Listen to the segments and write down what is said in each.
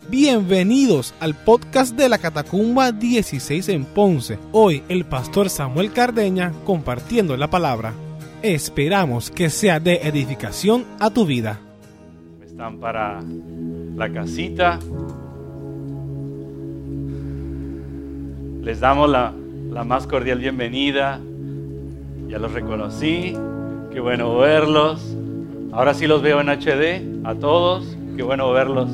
Bienvenidos al podcast de la Catacumba 16 en Ponce. Hoy el pastor Samuel Cardeña compartiendo la palabra. Esperamos que sea de edificación a tu vida. Están para la casita. Les damos la más cordial bienvenida. Ya los reconocí. Qué bueno verlos. Ahora sí los veo en HD a todos. Qué bueno verlos.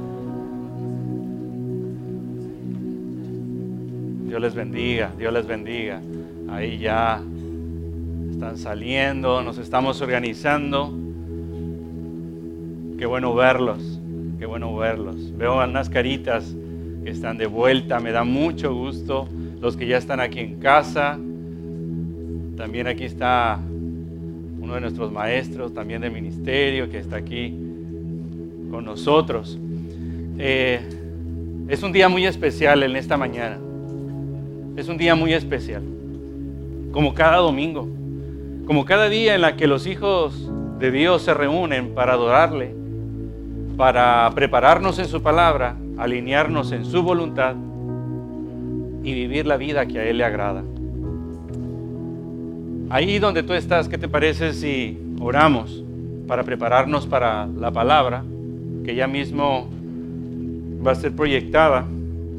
Dios les bendiga, Dios les bendiga. Ahí ya están saliendo, nos estamos organizando. Qué bueno verlos, qué bueno verlos. Veo unas caritas que están de vuelta, me da mucho gusto. Los que ya están aquí en casa. También aquí está uno de nuestros maestros, también de ministerio, que está aquí con nosotros. Es un día muy especial en esta mañana. Es un día muy especial, como cada domingo, como cada día en la que los hijos de Dios se reúnen para adorarle, para prepararnos en su palabra, alinearnos en su voluntad y vivir la vida que a Él le agrada. Ahí donde tú estás, ¿qué te parece si oramos para prepararnos para la palabra que ya mismo va a ser proyectada?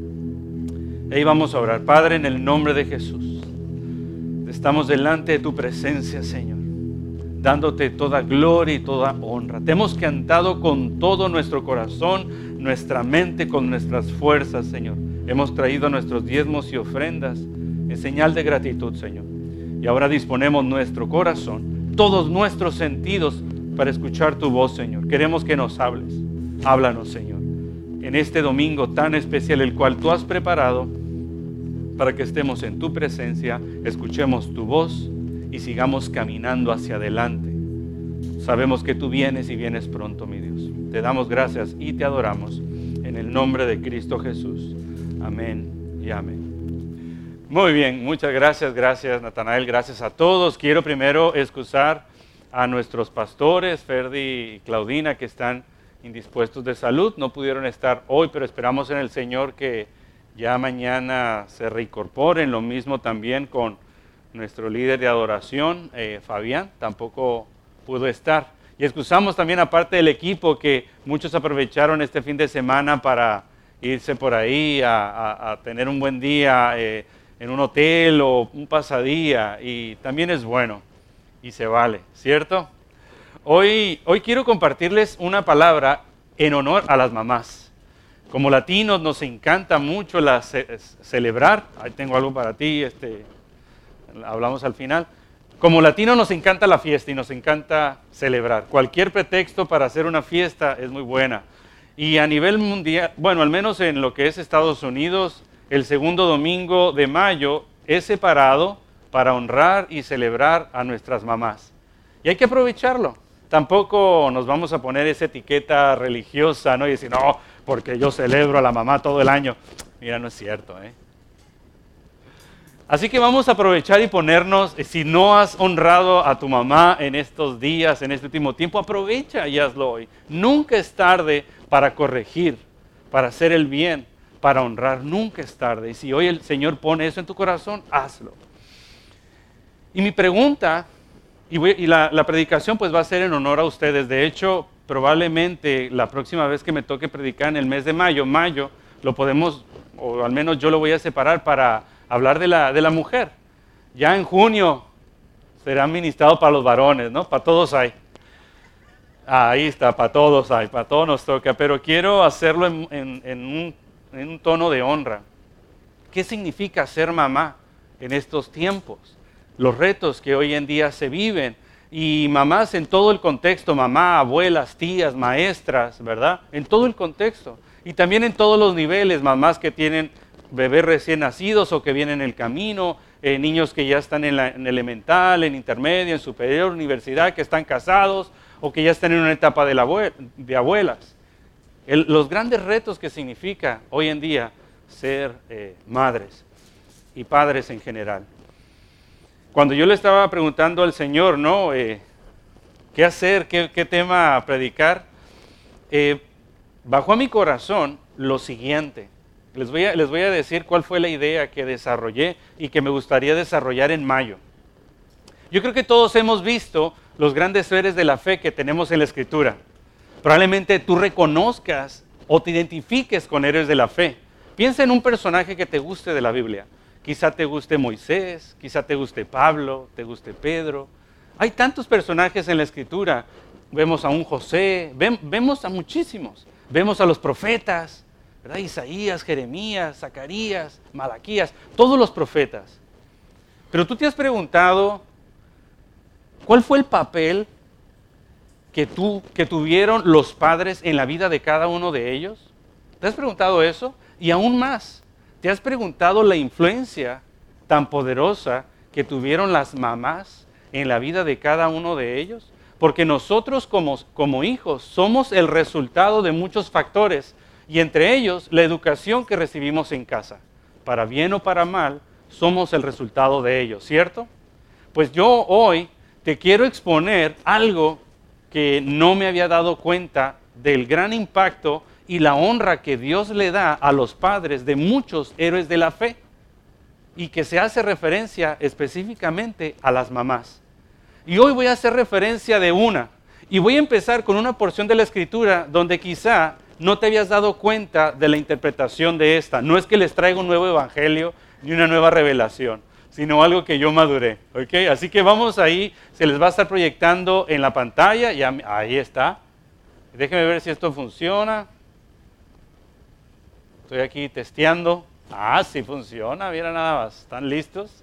Ahí vamos a orar. Padre, en el nombre de Jesús, estamos delante de tu presencia, Señor, dándote toda gloria y toda honra. Te hemos cantado con todo nuestro corazón, nuestra mente, con nuestras fuerzas, Señor. Hemos traído nuestros diezmos y ofrendas en señal de gratitud, Señor. Y ahora disponemos nuestro corazón, todos nuestros sentidos para escuchar tu voz, Señor. Queremos que nos hables. Háblanos, Señor, en este domingo tan especial, el cual tú has preparado para que estemos en tu presencia, escuchemos tu voz y sigamos caminando hacia adelante. Sabemos que tú vienes y vienes pronto, mi Dios. Te damos gracias y te adoramos en el nombre de Cristo Jesús. Amén y amén. Muy bien, muchas gracias, gracias Natanael, gracias a todos. Quiero primero excusar a nuestros pastores, Ferdi y Claudina, que están indispuestos de salud, no pudieron estar hoy, pero esperamos en el Señor que ya mañana se reincorporen. Lo mismo también con nuestro líder de adoración, Fabián, tampoco pudo estar. Y excusamos también aparte del equipo, que muchos aprovecharon este fin de semana para irse por ahí a tener un buen día en un hotel o un pasadía, y también es bueno y se vale, ¿cierto? Hoy quiero compartirles una palabra en honor a las mamás. Como latinos nos encanta mucho celebrar. Ahí tengo algo para ti, hablamos al final. Como latinos nos encanta la fiesta y nos encanta celebrar. Cualquier pretexto para hacer una fiesta es muy buena. Y a nivel mundial, bueno, al menos en lo que es Estados Unidos, el segundo domingo de mayo es separado para honrar y celebrar a nuestras mamás. Y hay que aprovecharlo. Tampoco nos vamos a poner esa etiqueta religiosa, ¿no? Y decir, no, porque yo celebro a la mamá todo el año. Mira, no es cierto, ¿eh? Así que vamos a aprovechar y ponernos, si no has honrado a tu mamá en estos días, en este último tiempo, aprovecha y hazlo hoy. Nunca es tarde para corregir, para hacer el bien, para honrar. Nunca es tarde. Y si hoy el Señor pone eso en tu corazón, hazlo. Y mi pregunta, y la predicación pues va a ser en honor a ustedes. De hecho, probablemente la próxima vez que me toque predicar en el mes de mayo lo podemos, o al menos yo lo voy a separar para hablar de la mujer. Ya en junio será ministrado para los varones, ¿no? Para todos hay. Ahí está, para todos hay, para todos nos toca. Pero quiero hacerlo en un tono de honra. ¿Qué significa ser mamá en estos tiempos? Los retos que hoy en día se viven, y mamás en todo el contexto, mamá, abuelas, tías, maestras, ¿verdad? En todo el contexto, y también en todos los niveles, mamás que tienen bebés recién nacidos o que vienen en el camino, niños que ya están en elemental, en intermedio, en superior, universidad, que están casados o que ya están en una etapa de abuelas. Los grandes retos que significa hoy en día ser madres y padres en general. Cuando yo le estaba preguntando al Señor, ¿no? ¿Qué hacer? ¿Qué tema predicar? Bajó a mi corazón lo siguiente. Les voy a decir cuál fue la idea que desarrollé y que me gustaría desarrollar en mayo. Yo creo que todos hemos visto los grandes seres de la fe que tenemos en la Escritura. Probablemente tú reconozcas o te identifiques con héroes de la fe. Piensa en un personaje que te guste de la Biblia. Quizá te guste Moisés, quizá te guste Pablo, te guste Pedro. Hay tantos personajes en la Escritura. Vemos a un José, vemos a muchísimos. Vemos a los profetas, ¿verdad? Isaías, Jeremías, Zacarías, Malaquías, todos los profetas. Pero tú te has preguntado, ¿cuál fue el papel que tuvieron los padres en la vida de cada uno de ellos? ¿Te has preguntado eso? Y aún más, ¿te has preguntado la influencia tan poderosa que tuvieron las mamás en la vida de cada uno de ellos? Porque nosotros como hijos somos el resultado de muchos factores, y entre ellos la educación que recibimos en casa. Para bien o para mal, somos el resultado de ellos, ¿cierto? Pues yo hoy te quiero exponer algo que no me había dado cuenta del gran impacto y la honra que Dios le da a los padres de muchos héroes de la fe, y que se hace referencia específicamente a las mamás. Y hoy voy a hacer referencia de una, y voy a empezar con una porción de la Escritura donde quizá no te habías dado cuenta de la interpretación de esta. No es que les traiga un nuevo evangelio ni una nueva revelación, sino algo que yo maduré, ¿ok? Así que vamos ahí, se les va a estar proyectando en la pantalla, y ahí está. Déjenme ver si esto funciona. Estoy aquí testeando. Sí funciona, mira nada más. ¿Están listos?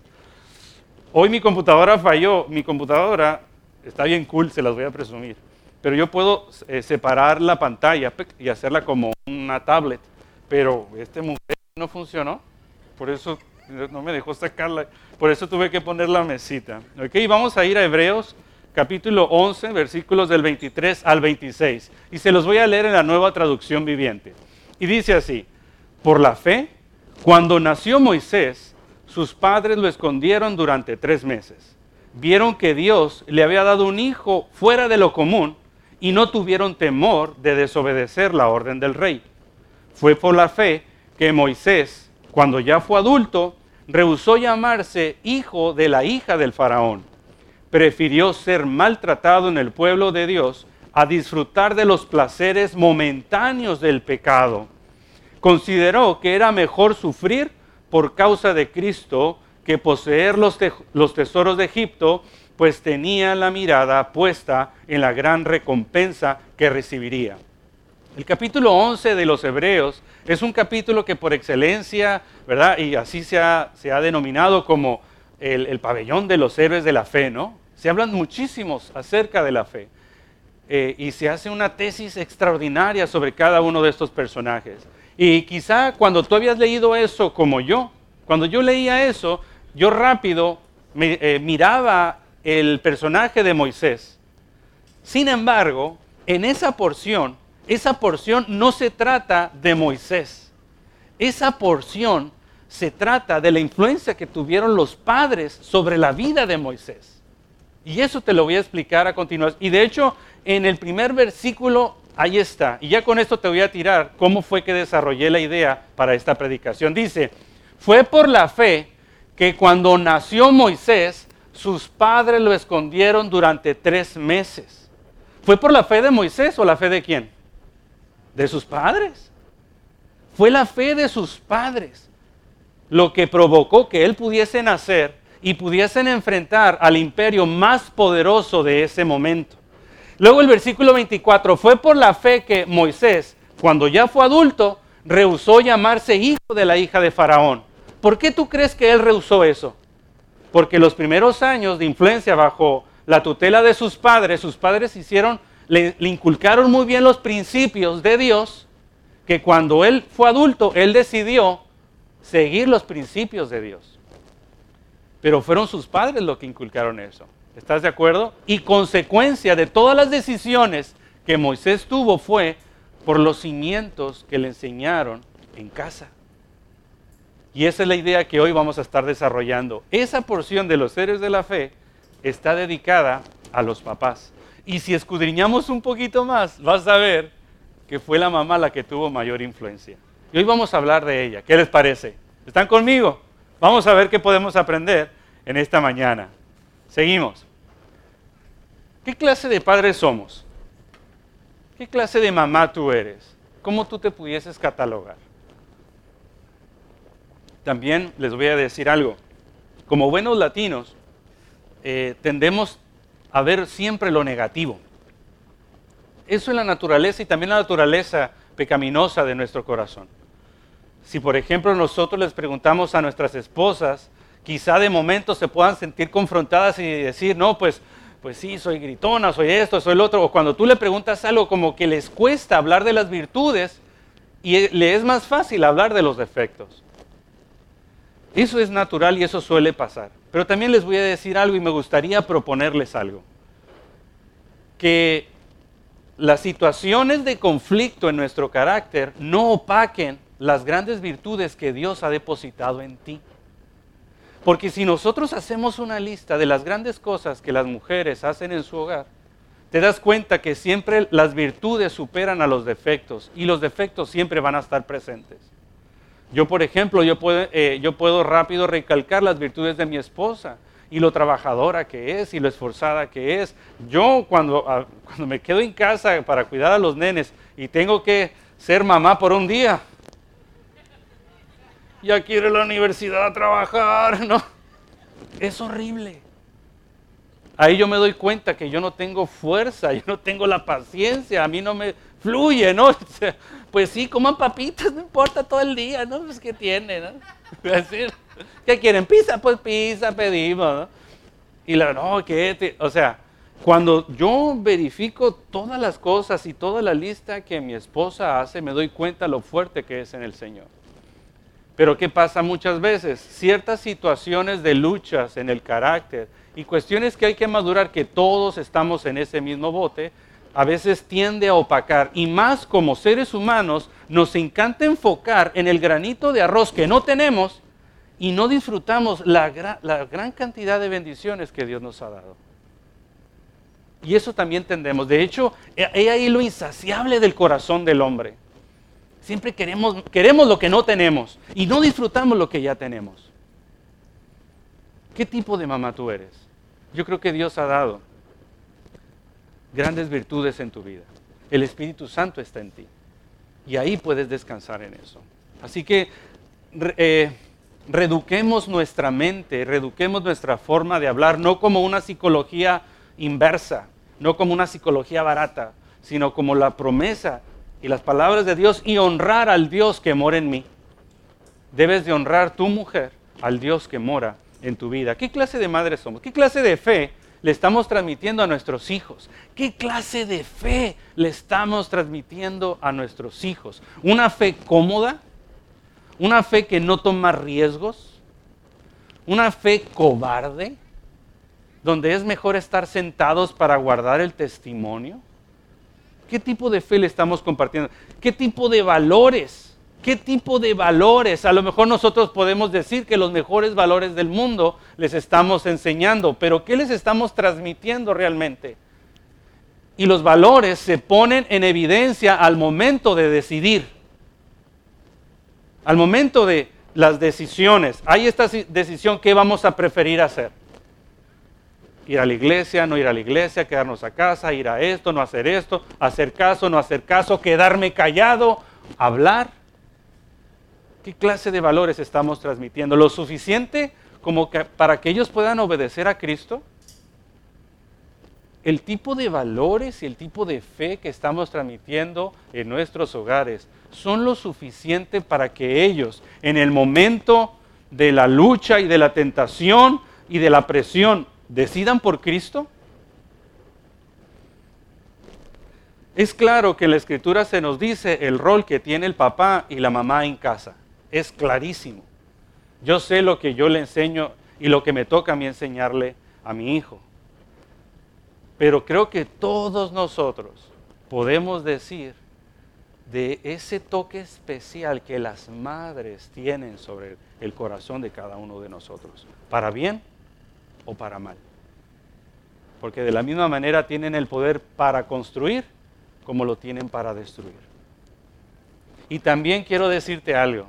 Hoy mi computadora falló. Mi computadora está bien cool, se las voy a presumir. Pero yo puedo separar la pantalla y hacerla como una tablet. Pero este mujer no funcionó. Por eso no me dejó sacarla. Por eso tuve que poner la mesita. Ok, vamos a ir a Hebreos capítulo 11, versículos del 23 al 26. Y se los voy a leer en la Nueva Traducción Viviente. Y dice así: por la fe, cuando nació Moisés, sus padres lo escondieron durante 3 meses. Vieron que Dios le había dado un hijo fuera de lo común y no tuvieron temor de desobedecer la orden del rey. Fue por la fe que Moisés, cuando ya fue adulto, rehusó llamarse hijo de la hija del faraón. Prefirió ser maltratado en el pueblo de Dios a disfrutar de los placeres momentáneos del pecado. Consideró que era mejor sufrir por causa de Cristo que poseer los tesoros de Egipto, pues tenía la mirada puesta en la gran recompensa que recibiría. El capítulo 11 de los Hebreos es un capítulo que por excelencia, ¿verdad? Y así se ha denominado como el pabellón de los héroes de la fe, ¿no? Se hablan muchísimos acerca de la fe. Y se hace una tesis extraordinaria sobre cada uno de estos personajes. Y quizá cuando tú habías leído eso como yo, cuando yo leía eso, yo rápido miraba el personaje de Moisés. Sin embargo, en esa porción no se trata de Moisés. Esa porción se trata de la influencia que tuvieron los padres sobre la vida de Moisés. Y eso te lo voy a explicar a continuación. Y de hecho, en el primer versículo, ahí está. Y ya con esto te voy a tirar cómo fue que desarrollé la idea para esta predicación. Dice: fue por la fe que cuando nació Moisés, sus padres lo escondieron durante 3 meses. ¿Fue por la fe de Moisés o la fe de quién? De sus padres. Fue la fe de sus padres lo que provocó que él pudiese nacer y pudiesen enfrentar al imperio más poderoso de ese momento. Luego el versículo 24, fue por la fe que Moisés, cuando ya fue adulto, rehusó llamarse hijo de la hija de Faraón. ¿Por qué tú crees que él rehusó eso? Porque los primeros años de influencia bajo la tutela de sus padres le inculcaron muy bien los principios de Dios, que cuando él fue adulto, él decidió seguir los principios de Dios. Pero fueron sus padres los que inculcaron eso. ¿Estás de acuerdo? Y consecuencia de todas las decisiones que Moisés tuvo fue por los cimientos que le enseñaron en casa. Y esa es la idea que hoy vamos a estar desarrollando. Esa porción de los héroes de la fe está dedicada a los papás. Y si escudriñamos un poquito más, vas a ver que fue la mamá la que tuvo mayor influencia. Y hoy vamos a hablar de ella. ¿Qué les parece? ¿Están conmigo? Vamos a ver qué podemos aprender en esta mañana. Seguimos. ¿Qué clase de padres somos? ¿Qué clase de mamá tú eres? ¿Cómo tú te pudieses catalogar? También les voy a decir algo. Como buenos latinos, tendemos a ver siempre lo negativo. Eso es la naturaleza y también la naturaleza pecaminosa de nuestro corazón. Si por ejemplo nosotros les preguntamos a nuestras esposas, quizá de momento se puedan sentir confrontadas y decir, no, pues sí, soy gritona, soy esto, soy lo otro. O cuando tú le preguntas algo como que les cuesta hablar de las virtudes y le es más fácil hablar de los defectos. Eso es natural y eso suele pasar. Pero también les voy a decir algo y me gustaría proponerles algo. Que las situaciones de conflicto en nuestro carácter no opaquen las grandes virtudes que Dios ha depositado en ti. Porque si nosotros hacemos una lista de las grandes cosas que las mujeres hacen en su hogar, te das cuenta que siempre las virtudes superan a los defectos y los defectos siempre van a estar presentes. Yo, por ejemplo, yo puedo rápido recalcar las virtudes de mi esposa y lo trabajadora que es y lo esforzada que es. Yo cuando me quedo en casa para cuidar a los nenes y tengo que ser mamá por un día, ya quiero ir a la universidad a trabajar, ¿no? Es horrible. Ahí yo me doy cuenta que yo no tengo fuerza, yo no tengo la paciencia, a mí no me fluye, ¿no? Pues sí, coman papitas, no importa todo el día, ¿no? Pues ¿qué tiene, no? ¿Qué quieren? Pizza, pues pizza pedimos, ¿no? Y o sea, cuando yo verifico todas las cosas y toda la lista que mi esposa hace, me doy cuenta lo fuerte que es en el Señor. Pero ¿qué pasa muchas veces? Ciertas situaciones de luchas en el carácter y cuestiones que hay que madurar, que todos estamos en ese mismo bote, a veces tiende a opacar. Y más como seres humanos, nos encanta enfocar en el granito de arroz que no tenemos y no disfrutamos la gran cantidad de bendiciones que Dios nos ha dado. Y eso también tendemos. De hecho, hay ahí lo insaciable del corazón del hombre. Siempre queremos lo que no tenemos y no disfrutamos lo que ya tenemos. ¿Qué tipo de mamá tú eres? Yo creo que Dios ha dado grandes virtudes en tu vida. El Espíritu Santo está en ti y ahí puedes descansar en eso. Así que reeduquemos nuestra mente, reeduquemos nuestra forma de hablar, no como una psicología inversa, no como una psicología barata, sino como la promesa y las palabras de Dios y honrar al Dios que mora en mí. Debes de honrar tu mujer al Dios que mora en tu vida. ¿Qué clase de madres somos? ¿Qué clase de fe le estamos transmitiendo a nuestros hijos? ¿Qué clase de fe le estamos transmitiendo a nuestros hijos? ¿Una fe cómoda? ¿Una fe que no toma riesgos? ¿Una fe cobarde? ¿Donde es mejor estar sentados para guardar el testimonio? ¿Qué tipo de fe le estamos compartiendo? ¿Qué tipo de valores? ¿Qué tipo de valores? A lo mejor nosotros podemos decir que los mejores valores del mundo les estamos enseñando, pero ¿qué les estamos transmitiendo realmente? Y los valores se ponen en evidencia al momento de decidir. Al momento de las decisiones. Hay esta decisión, ¿qué vamos a preferir hacer? Ir a la iglesia, no ir a la iglesia, quedarnos a casa, ir a esto, no hacer esto, hacer caso, no hacer caso, quedarme callado, hablar. ¿Qué clase de valores estamos transmitiendo? ¿Lo suficiente como para que ellos puedan obedecer a Cristo? El tipo de valores y el tipo de fe que estamos transmitiendo en nuestros hogares son lo suficiente para que ellos, en el momento de la lucha y de la tentación y de la presión, decidan por Cristo. Es claro que en la Escritura se nos dice el rol que tiene el papá y la mamá en casa. Es clarísimo. Yo sé lo que yo le enseño y lo que me toca a mí enseñarle a mi hijo. Pero creo que todos nosotros podemos decir de ese toque especial que las madres tienen sobre el corazón de cada uno de nosotros, para bien o para mal. Porque de la misma manera tienen el poder para construir como lo tienen para destruir. Y también quiero decirte algo.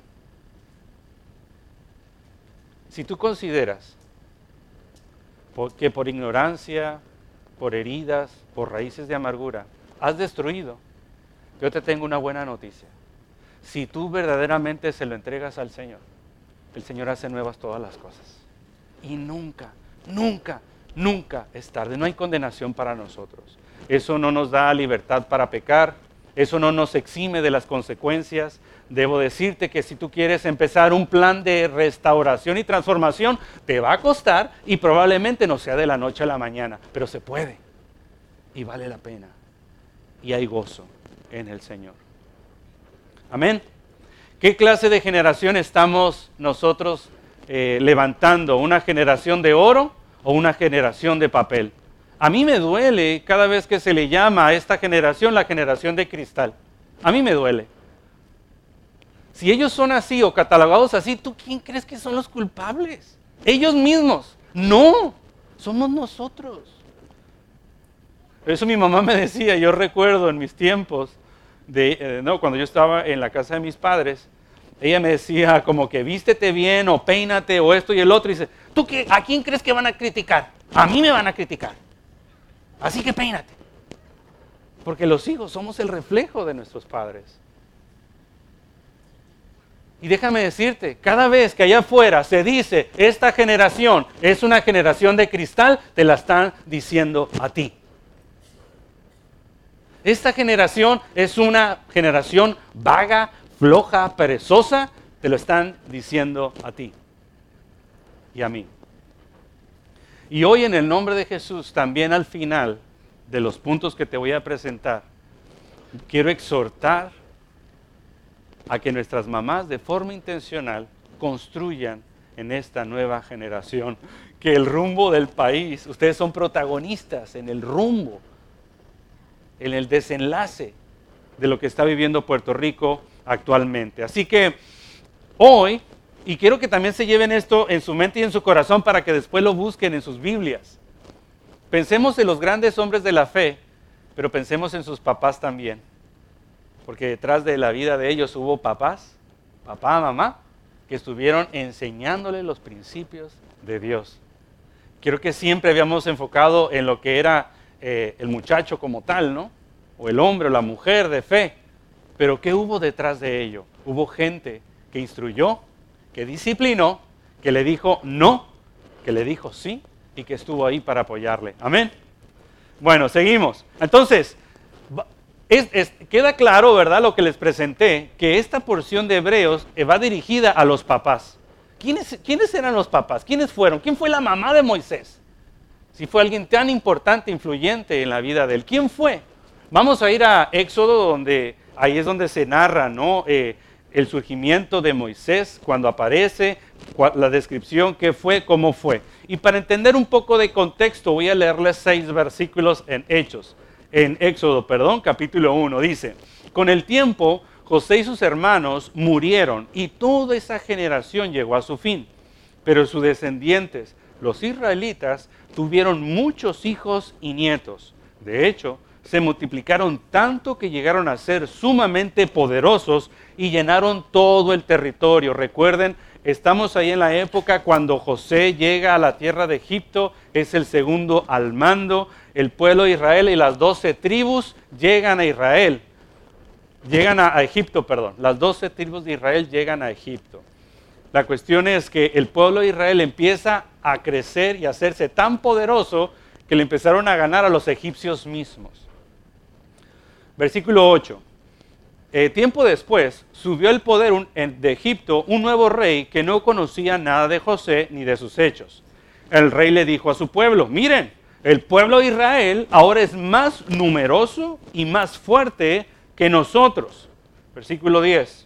Si tú consideras que por ignorancia, por heridas, por raíces de amargura, has destruido, yo te tengo una buena noticia. Si tú verdaderamente se lo entregas al Señor, el Señor hace nuevas todas las cosas. Y nunca, nunca, nunca es tarde. No hay condenación para nosotros. Eso no nos da libertad para pecar. Eso no nos exime de las consecuencias. Debo decirte que si tú quieres empezar un plan de restauración y transformación, te va a costar y probablemente no sea de la noche a la mañana, pero se puede y vale la pena y hay gozo en el Señor. Amén. ¿Qué clase de generación estamos nosotros levantando? ¿Una generación de oro o una generación de papel? A mí me duele cada vez que se le llama a esta generación la generación de cristal. A mí me duele. Si ellos son así o catalogados así, ¿tú quién crees que son los culpables? Ellos mismos. No, somos nosotros. Eso mi mamá me decía, yo recuerdo en mis tiempos, cuando yo estaba en la casa de mis padres, ella me decía como que vístete bien o peínate o esto y el otro. Y dice, ¿a quién crees que van a criticar? A mí me van a criticar. Así que peínate. Porque los hijos somos el reflejo de nuestros padres. Y déjame decirte, cada vez que allá afuera se dice, esta generación es una generación de cristal, te la están diciendo a ti. Esta generación es una generación vaga, floja, perezosa, te lo están diciendo a ti y a mí. Y hoy en el nombre de Jesús, también al final de los puntos que te voy a presentar, quiero exhortar a que nuestras mamás de forma intencional construyan en esta nueva generación, que el rumbo del país, ustedes son protagonistas en el rumbo, en el desenlace de lo que está viviendo Puerto Rico actualmente. Así que hoy, y quiero que también se lleven esto en su mente y en su corazón para que después lo busquen en sus Biblias. Pensemos en los grandes hombres de la fe, pero pensemos en sus papás también. Porque detrás de la vida de ellos hubo papás, papá, mamá, que estuvieron enseñándole los principios de Dios. Quiero que siempre habíamos enfocado en lo que era el muchacho como tal, ¿no? O el hombre o la mujer de fe. Pero ¿qué hubo detrás de ello? Hubo gente que instruyó, que disciplinó, que le dijo no, que le dijo sí y que estuvo ahí para apoyarle. Amén. Bueno, seguimos. Entonces, queda claro, ¿verdad? Lo que les presenté, que esta porción de Hebreos va dirigida a los papás. ¿Quiénes eran los papás? ¿Quiénes fueron? ¿Quién fue la mamá de Moisés? Si fue alguien tan importante, influyente en la vida de él. ¿Quién fue? Vamos a ir a Éxodo, donde ahí es donde se narra, ¿no? El surgimiento de Moisés, cuando aparece, la descripción, qué fue, cómo fue. Y para entender un poco de contexto, voy a leerles 6 versículos en Éxodo, capítulo 1. Dice, con el tiempo, José y sus hermanos murieron y toda esa generación llegó a su fin. Pero sus descendientes, los israelitas, tuvieron muchos hijos y nietos. De hecho, se multiplicaron tanto que llegaron a ser sumamente poderosos y llenaron todo el territorio. Recuerden, estamos ahí en la época cuando José llega a la tierra de Egipto, es el segundo al mando. El pueblo de Israel y las 12 tribus llegan a Egipto. Las 12 tribus de Israel llegan a Egipto. La cuestión es que el pueblo de Israel empieza a crecer y a hacerse tan poderoso que le empezaron a ganar a los egipcios mismos. Versículo 8. Tiempo después subió al poder de Egipto un nuevo rey que no conocía nada de José ni de sus hechos. El rey le dijo a su pueblo, miren, el pueblo de Israel ahora es más numeroso y más fuerte que nosotros. Versículo 10.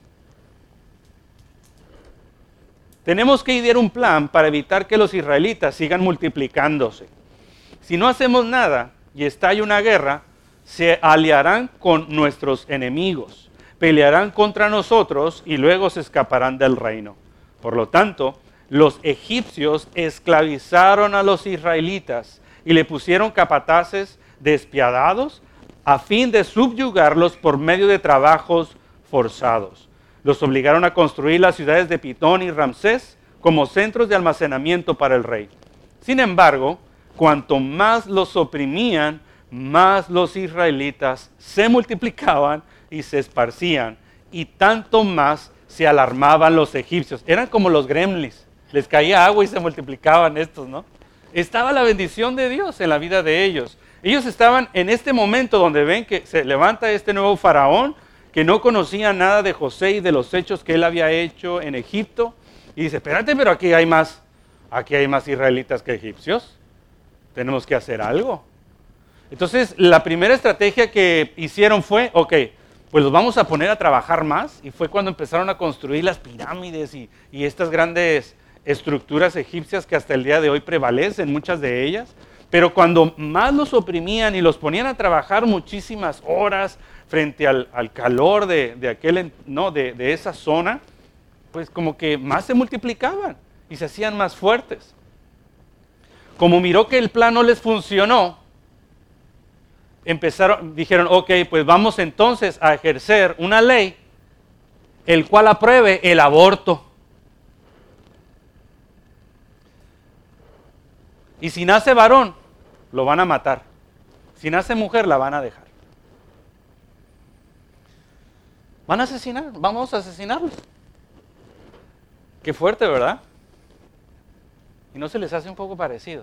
Tenemos que idear un plan para evitar que los israelitas sigan multiplicándose. Si no hacemos nada y estalla una guerra, se aliarán con nuestros enemigos, pelearán contra nosotros y luego se escaparán del reino. Por lo tanto, los egipcios esclavizaron a los israelitas y le pusieron capataces despiadados a fin de subyugarlos por medio de trabajos forzados. Los obligaron a construir las ciudades de Pitón y Ramsés como centros de almacenamiento para el rey. Sin embargo, cuanto más los oprimían, más los israelitas se multiplicaban y se esparcían, y tanto más se alarmaban los egipcios. Eran como los gremlins, les caía agua y se multiplicaban estos, ¿no? Estaba la bendición de Dios en la vida de ellos. Ellos estaban en este momento donde ven que se levanta este nuevo faraón, que no conocía nada de José y de los hechos que él había hecho en Egipto, y dice, espérate, pero aquí hay más israelitas que egipcios, tenemos que hacer algo. Entonces, la primera estrategia que hicieron fue, ok, pues los vamos a poner a trabajar más, y fue cuando empezaron a construir las pirámides y estas grandes estructuras egipcias que hasta el día de hoy prevalecen, muchas de ellas. Pero cuando más los oprimían y los ponían a trabajar muchísimas horas frente al calor de esa zona, pues como que más se multiplicaban y se hacían más fuertes. Como miró que el plan no les funcionó, dijeron, ok, pues vamos entonces a ejercer una ley el cual apruebe el aborto. Y si nace varón, lo van a matar. Si nace mujer, la van a dejar. Van a asesinar, vamos a asesinarlos. Qué fuerte, ¿verdad? ¿Y no se les hace un poco parecido?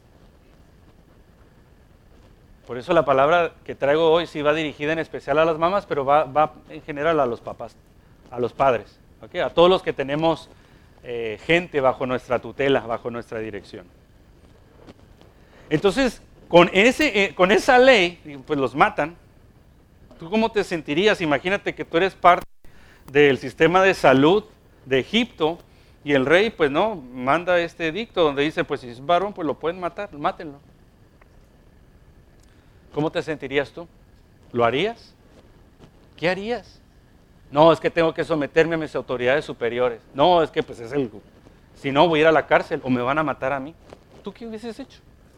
Por eso la palabra que traigo hoy sí va dirigida en especial a las mamás, pero va en general a los papás, a los padres, ¿okay? A todos los que tenemos gente bajo nuestra tutela, bajo nuestra dirección. Entonces, con esa ley, pues los matan. ¿Tú cómo te sentirías? Imagínate que tú eres parte del sistema de salud de Egipto y el rey, pues no, manda este edicto donde dice, pues si es varón, pues lo pueden matar, mátenlo. ¿Cómo te sentirías tú? ¿Lo harías? ¿Qué harías? No, es que tengo que someterme a mis autoridades superiores. No, es que pues es algo. Si no, voy a ir a la cárcel o me van a matar a mí. ¿Tú qué hubieses hecho?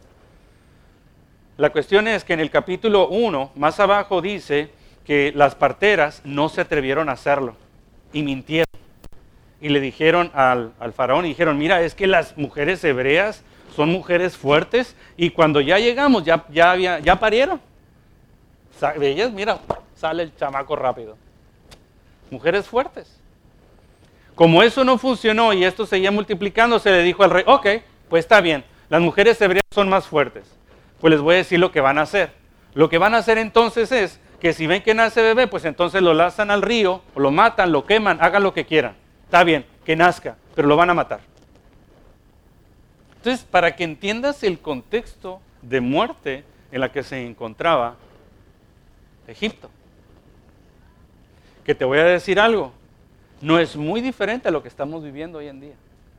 La cuestión es que en el capítulo 1, más abajo dice que las parteras no se atrevieron a hacerlo y mintieron. Y le dijeron al faraón, y dijeron, mira, es que las mujeres hebreas son mujeres fuertes y cuando ya llegamos ya parieron. Ellas, mira, sale el chamaco rápido. Mujeres fuertes. Como eso no funcionó y esto seguía multiplicando, se le dijo al rey, ok, pues está bien, las mujeres hebreas son más fuertes. Pues les voy a decir lo que van a hacer. Lo que van a hacer entonces es que si ven que nace bebé, pues entonces lo lanzan al río, o lo matan, lo queman, hagan lo que quieran. Está bien, que nazca, pero lo van a matar. Entonces, para que entiendas el contexto de muerte en la que se encontraba Egipto, que te voy a decir algo, no es muy diferente a lo que estamos viviendo hoy en día.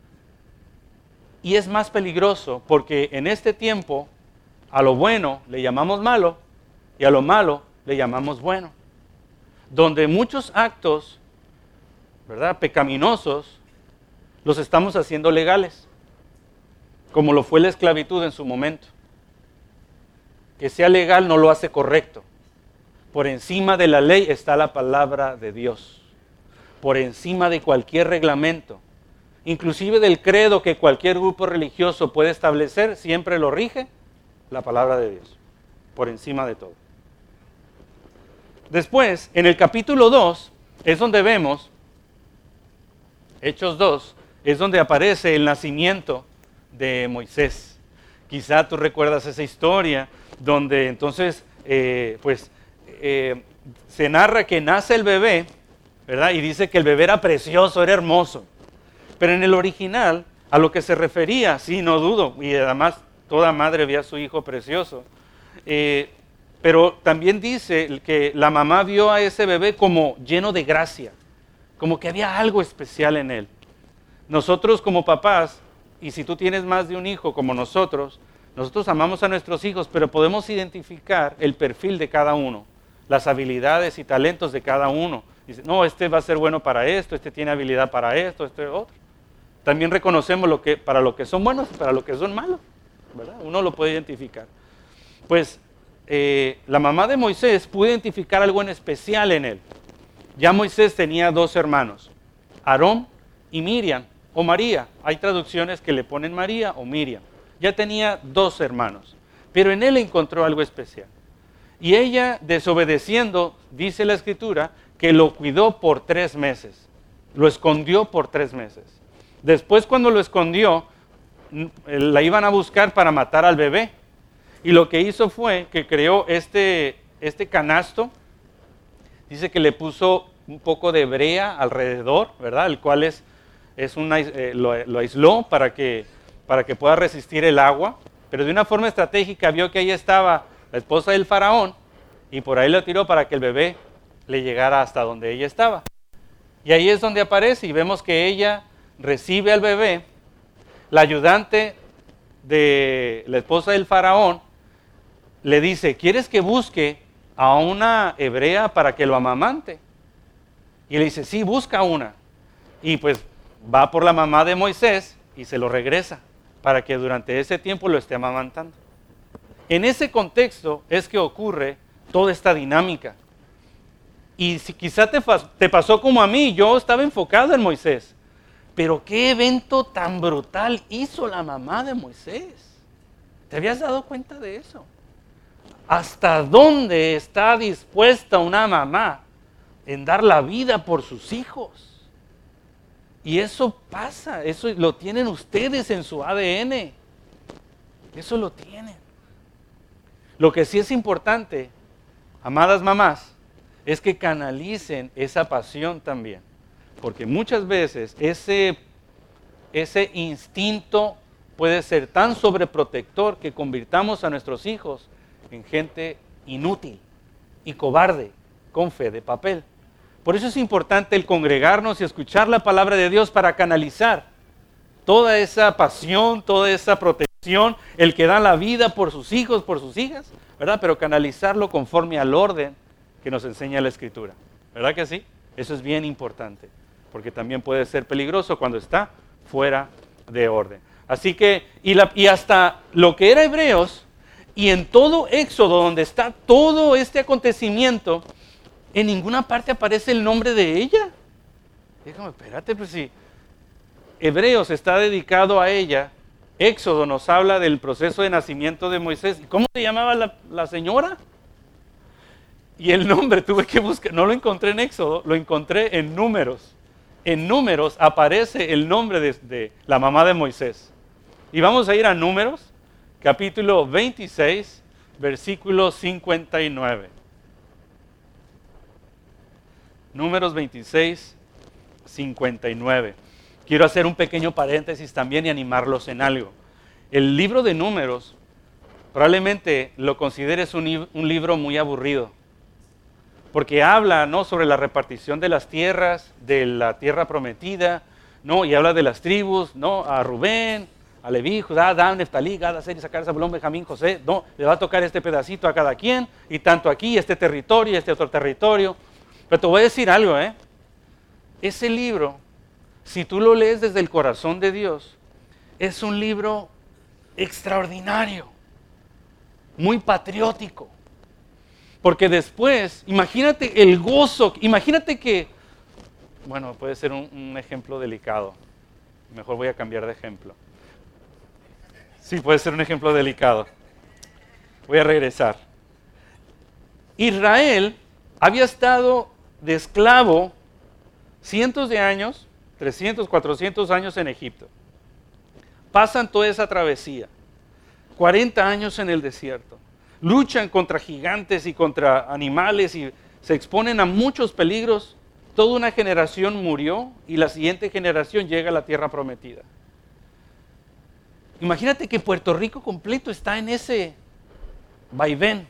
Y es más peligroso porque en este tiempo a lo bueno le llamamos malo y a lo malo le llamamos bueno. Donde muchos actos, ¿verdad?, pecaminosos, los estamos haciendo legales, como lo fue la esclavitud en su momento. Que sea legal no lo hace correcto. Por encima de la ley está la palabra de Dios. Por encima de cualquier reglamento, inclusive del credo que cualquier grupo religioso puede establecer, siempre lo rige la palabra de Dios, por encima de todo. Después, en el capítulo 2, es donde vemos, Hechos 2, es donde aparece el nacimiento de Moisés. Quizá tú recuerdas esa historia, donde entonces, se narra que nace el bebé, ¿verdad? Y dice que el bebé era precioso, era hermoso. Pero en el original, a lo que se refería, sí, no dudo, y además toda madre ve a su hijo precioso. Pero también dice que la mamá vio a ese bebé como lleno de gracia, como que había algo especial en él. Nosotros como papás, y si tú tienes más de un hijo como nosotros amamos a nuestros hijos, pero podemos identificar el perfil de cada uno, las habilidades y talentos de cada uno. Dice, no, este va a ser bueno para esto, este tiene habilidad para esto, este otro. También reconocemos para lo que son buenos y para lo que son malos, ¿verdad? Uno lo puede identificar. Pues la mamá de Moisés pudo identificar algo en especial en él. Ya Moisés tenía 2 hermanos, Aarón y Miriam, o María. Hay traducciones que le ponen María o Miriam. Ya tenía 2 hermanos, pero en él encontró algo especial. Y ella, desobedeciendo, dice la Escritura, que lo cuidó por 3 meses. Lo escondió por 3 meses. Después, cuando lo escondió, la iban a buscar para matar al bebé. Y lo que hizo fue que creó este canasto. Dice que le puso un poco de brea alrededor, ¿verdad? El cual lo aisló para que pueda resistir el agua. Pero de una forma estratégica vio que ahí estaba la esposa del faraón y por ahí lo tiró para que el bebé le llegara hasta donde ella estaba. Y ahí es donde aparece y vemos que ella recibe al bebé. La ayudante de la esposa del faraón le dice, ¿quieres que busque a una hebrea para que lo amamante? Y le dice, sí, busca una. Y pues va por la mamá de Moisés y se lo regresa para que durante ese tiempo lo esté amamantando. En ese contexto es que ocurre toda esta dinámica. Y si quizá te pasó como a mí, yo estaba enfocado en Moisés. Pero qué evento tan brutal hizo la mamá de Moisés. ¿Te habías dado cuenta de eso? ¿Hasta dónde está dispuesta una mamá en dar la vida por sus hijos? Y eso pasa, eso lo tienen ustedes en su ADN. Eso lo tienen. Lo que sí es importante, amadas mamás, es que canalicen esa pasión también. Porque muchas veces ese instinto puede ser tan sobreprotector que convirtamos a nuestros hijos en gente inútil y cobarde, con fe de papel. Por eso es importante el congregarnos y escuchar la palabra de Dios para canalizar toda esa pasión, toda esa protección, el que da la vida por sus hijos, por sus hijas, ¿verdad? Pero canalizarlo conforme al orden que nos enseña la Escritura. ¿Verdad que sí? Eso es bien importante, porque también puede ser peligroso cuando está fuera de orden. Así que, y hasta lo que era Hebreos, y en todo Éxodo, donde está todo este acontecimiento, en ninguna parte aparece el nombre de ella. Dígame, espérate, pues si Hebreos está dedicado a ella, Éxodo nos habla del proceso de nacimiento de Moisés. ¿Cómo se llamaba la señora? Y el nombre tuve que buscar, no lo encontré en Éxodo, lo encontré en Números. En Números aparece el nombre de la mamá de Moisés. Y vamos a ir a Números, capítulo 26, versículo 59. Números 26, 59. Quiero hacer un pequeño paréntesis también y animarlos en algo. El libro de Números, probablemente lo consideres un libro muy aburrido, porque habla, ¿no?, sobre la repartición de las tierras, de la tierra prometida, ¿no?, y habla de las tribus, ¿no?, a Rubén, a Leví, Judá, Dan, Neftalí, Gad, Aser, Isaacar, Zabulón, Benjamín, José, no, le va a tocar este pedacito a cada quien, y tanto aquí, este territorio, este otro territorio. Pero te voy a decir algo, ese libro, si tú lo lees desde el corazón de Dios, es un libro extraordinario, muy patriótico. Porque después, imagínate el gozo, imagínate que, bueno, puede ser un ejemplo delicado. Mejor voy a cambiar de ejemplo. Sí, puede ser un ejemplo delicado. Voy a regresar. Israel había estado de esclavo cientos de años, 300, 400 años en Egipto. Pasan toda esa travesía, 40 años en el desierto. Luchan contra gigantes y contra animales y se exponen a muchos peligros. Toda una generación murió y la siguiente generación llega a la tierra prometida. Imagínate que Puerto Rico completo está en ese vaivén.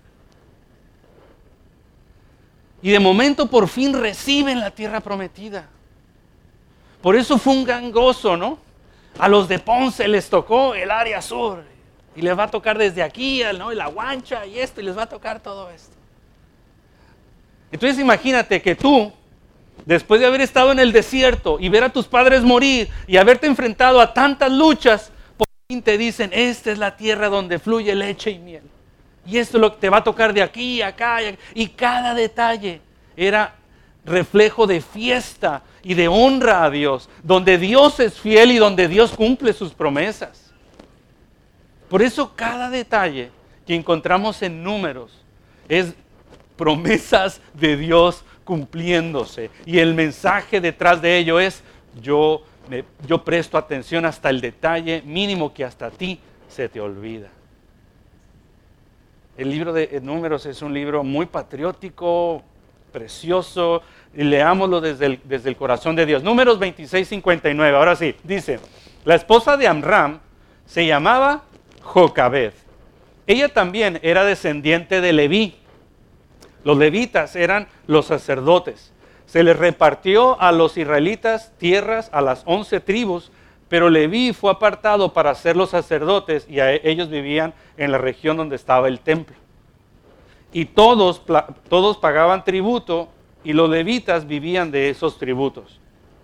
Y de momento por fin reciben la tierra prometida. Por eso fue un gran gozo, ¿no? A los de Ponce les tocó el área sur. Y les va a tocar desde aquí, ¿no?, y la Guancha y esto, y les va a tocar todo esto. Entonces imagínate que tú, después de haber estado en el desierto y ver a tus padres morir y haberte enfrentado a tantas luchas, por fin te dicen, esta es la tierra donde fluye leche y miel. Y esto es lo que te va a tocar de aquí, acá, y cada detalle era reflejo de fiesta y de honra a Dios, donde Dios es fiel y donde Dios cumple sus promesas. Por eso cada detalle que encontramos en Números es promesas de Dios cumpliéndose. Y el mensaje detrás de ello es, yo presto atención hasta el detalle mínimo que hasta a ti se te olvida. El libro de Números es un libro muy patriótico, precioso, y leámoslo desde el corazón de Dios. Números 26:59, ahora sí, dice, la esposa de Amram se llamaba Jocabed. Ella también era descendiente de Leví. Los levitas eran los sacerdotes. Se les repartió a los israelitas tierras a las 11 tribus, pero Leví fue apartado para ser los sacerdotes y ellos vivían en la región donde estaba el templo. Y todos pagaban tributo y los levitas vivían de esos tributos.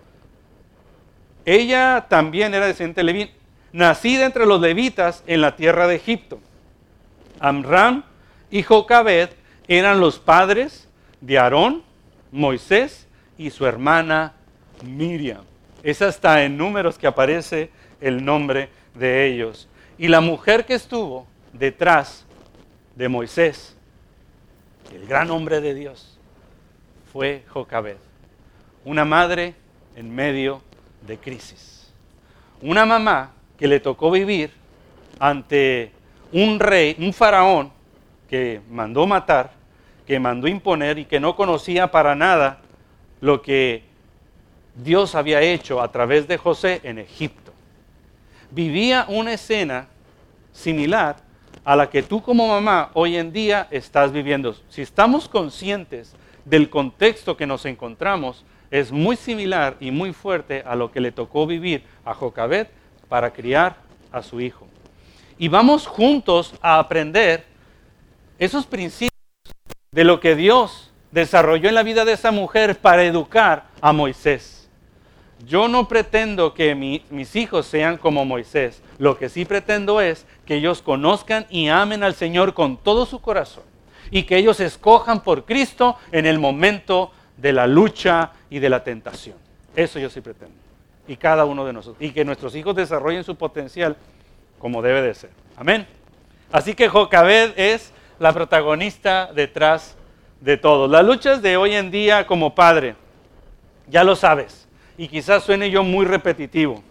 Ella también era descendiente de Leví, nacida entre los levitas en la tierra de Egipto. Amram y Jocabed eran los padres de Aarón, Moisés y su hermana Miriam. Es hasta en Números que aparece el nombre de ellos. Y la mujer que estuvo detrás de Moisés, el gran hombre de Dios, fue Jocabed, una madre en medio de crisis. Una mamá que le tocó vivir ante un rey, un faraón, que mandó matar, que mandó imponer y que no conocía para nada lo que Dios había hecho a través de José en Egipto. Vivía una escena similar a la que tú como mamá hoy en día estás viviendo. Si estamos conscientes del contexto que nos encontramos, es muy similar y muy fuerte a lo que le tocó vivir a Jocabed para criar a su hijo. Y vamos juntos a aprender esos principios de lo que Dios desarrolló en la vida de esa mujer para educar a Moisés. Yo no pretendo que mis hijos sean como Moisés. Lo que sí pretendo es que ellos conozcan y amen al Señor con todo su corazón y que ellos escojan por Cristo en el momento de la lucha y de la tentación. Eso yo sí pretendo. Y cada uno de nosotros. Y que nuestros hijos desarrollen su potencial como debe de ser. Amén. Así que Jocabed es la protagonista detrás de todo. Las luchas de hoy en día como padre, ya lo sabes, y quizás suene yo muy repetitivo.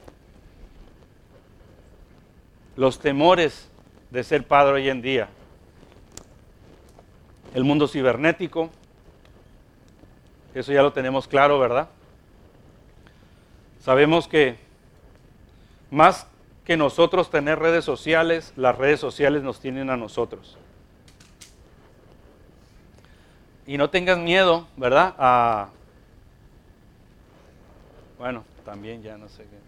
Los temores de ser padre hoy en día. El mundo cibernético, eso ya lo tenemos claro, ¿verdad? Sabemos que más que nosotros tener redes sociales, las redes sociales nos tienen a nosotros. Y no tengas miedo, ¿verdad? Bueno, también ya no sé qué.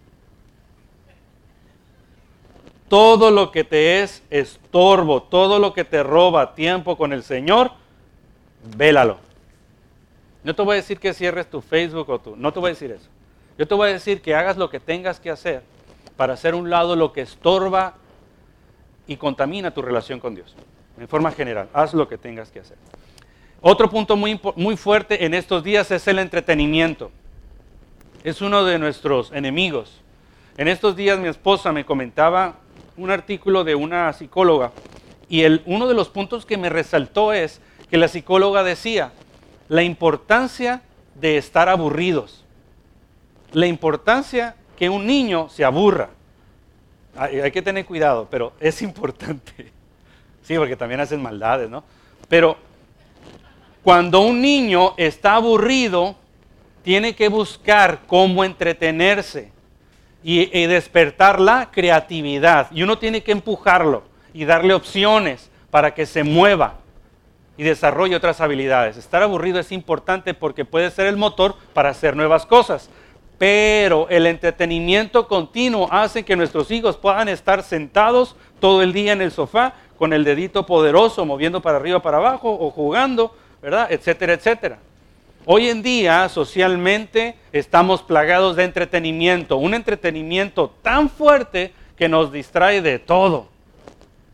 Todo lo que te es estorbo, todo lo que te roba tiempo con el Señor, vélalo. No te voy a decir que cierres tu Facebook no te voy a decir eso. Yo te voy a decir que hagas lo que tengas que hacer para hacer a un lado lo que estorba y contamina tu relación con Dios. En forma general, haz lo que tengas que hacer. Otro punto muy fuerte en estos días es el entretenimiento. Es uno de nuestros enemigos. En estos días mi esposa me comentaba un artículo de una psicóloga y uno de los puntos que me resaltó es que la psicóloga decía la importancia de estar aburridos, la importancia que un niño se aburra. Hay que tener cuidado, pero es importante. Sí, porque también hacen maldades, ¿no? Pero cuando un niño está aburrido, tiene que buscar cómo entretenerse y despertar la creatividad. Y uno tiene que empujarlo y darle opciones para que se mueva y desarrolle otras habilidades. Estar aburrido es importante porque puede ser el motor para hacer nuevas cosas. Pero el entretenimiento continuo hace que nuestros hijos puedan estar sentados todo el día en el sofá con el dedito poderoso moviendo para arriba, para abajo o jugando, ¿verdad? Etcétera, etcétera. Hoy en día, socialmente, estamos plagados de entretenimiento. Un entretenimiento tan fuerte que nos distrae de todo.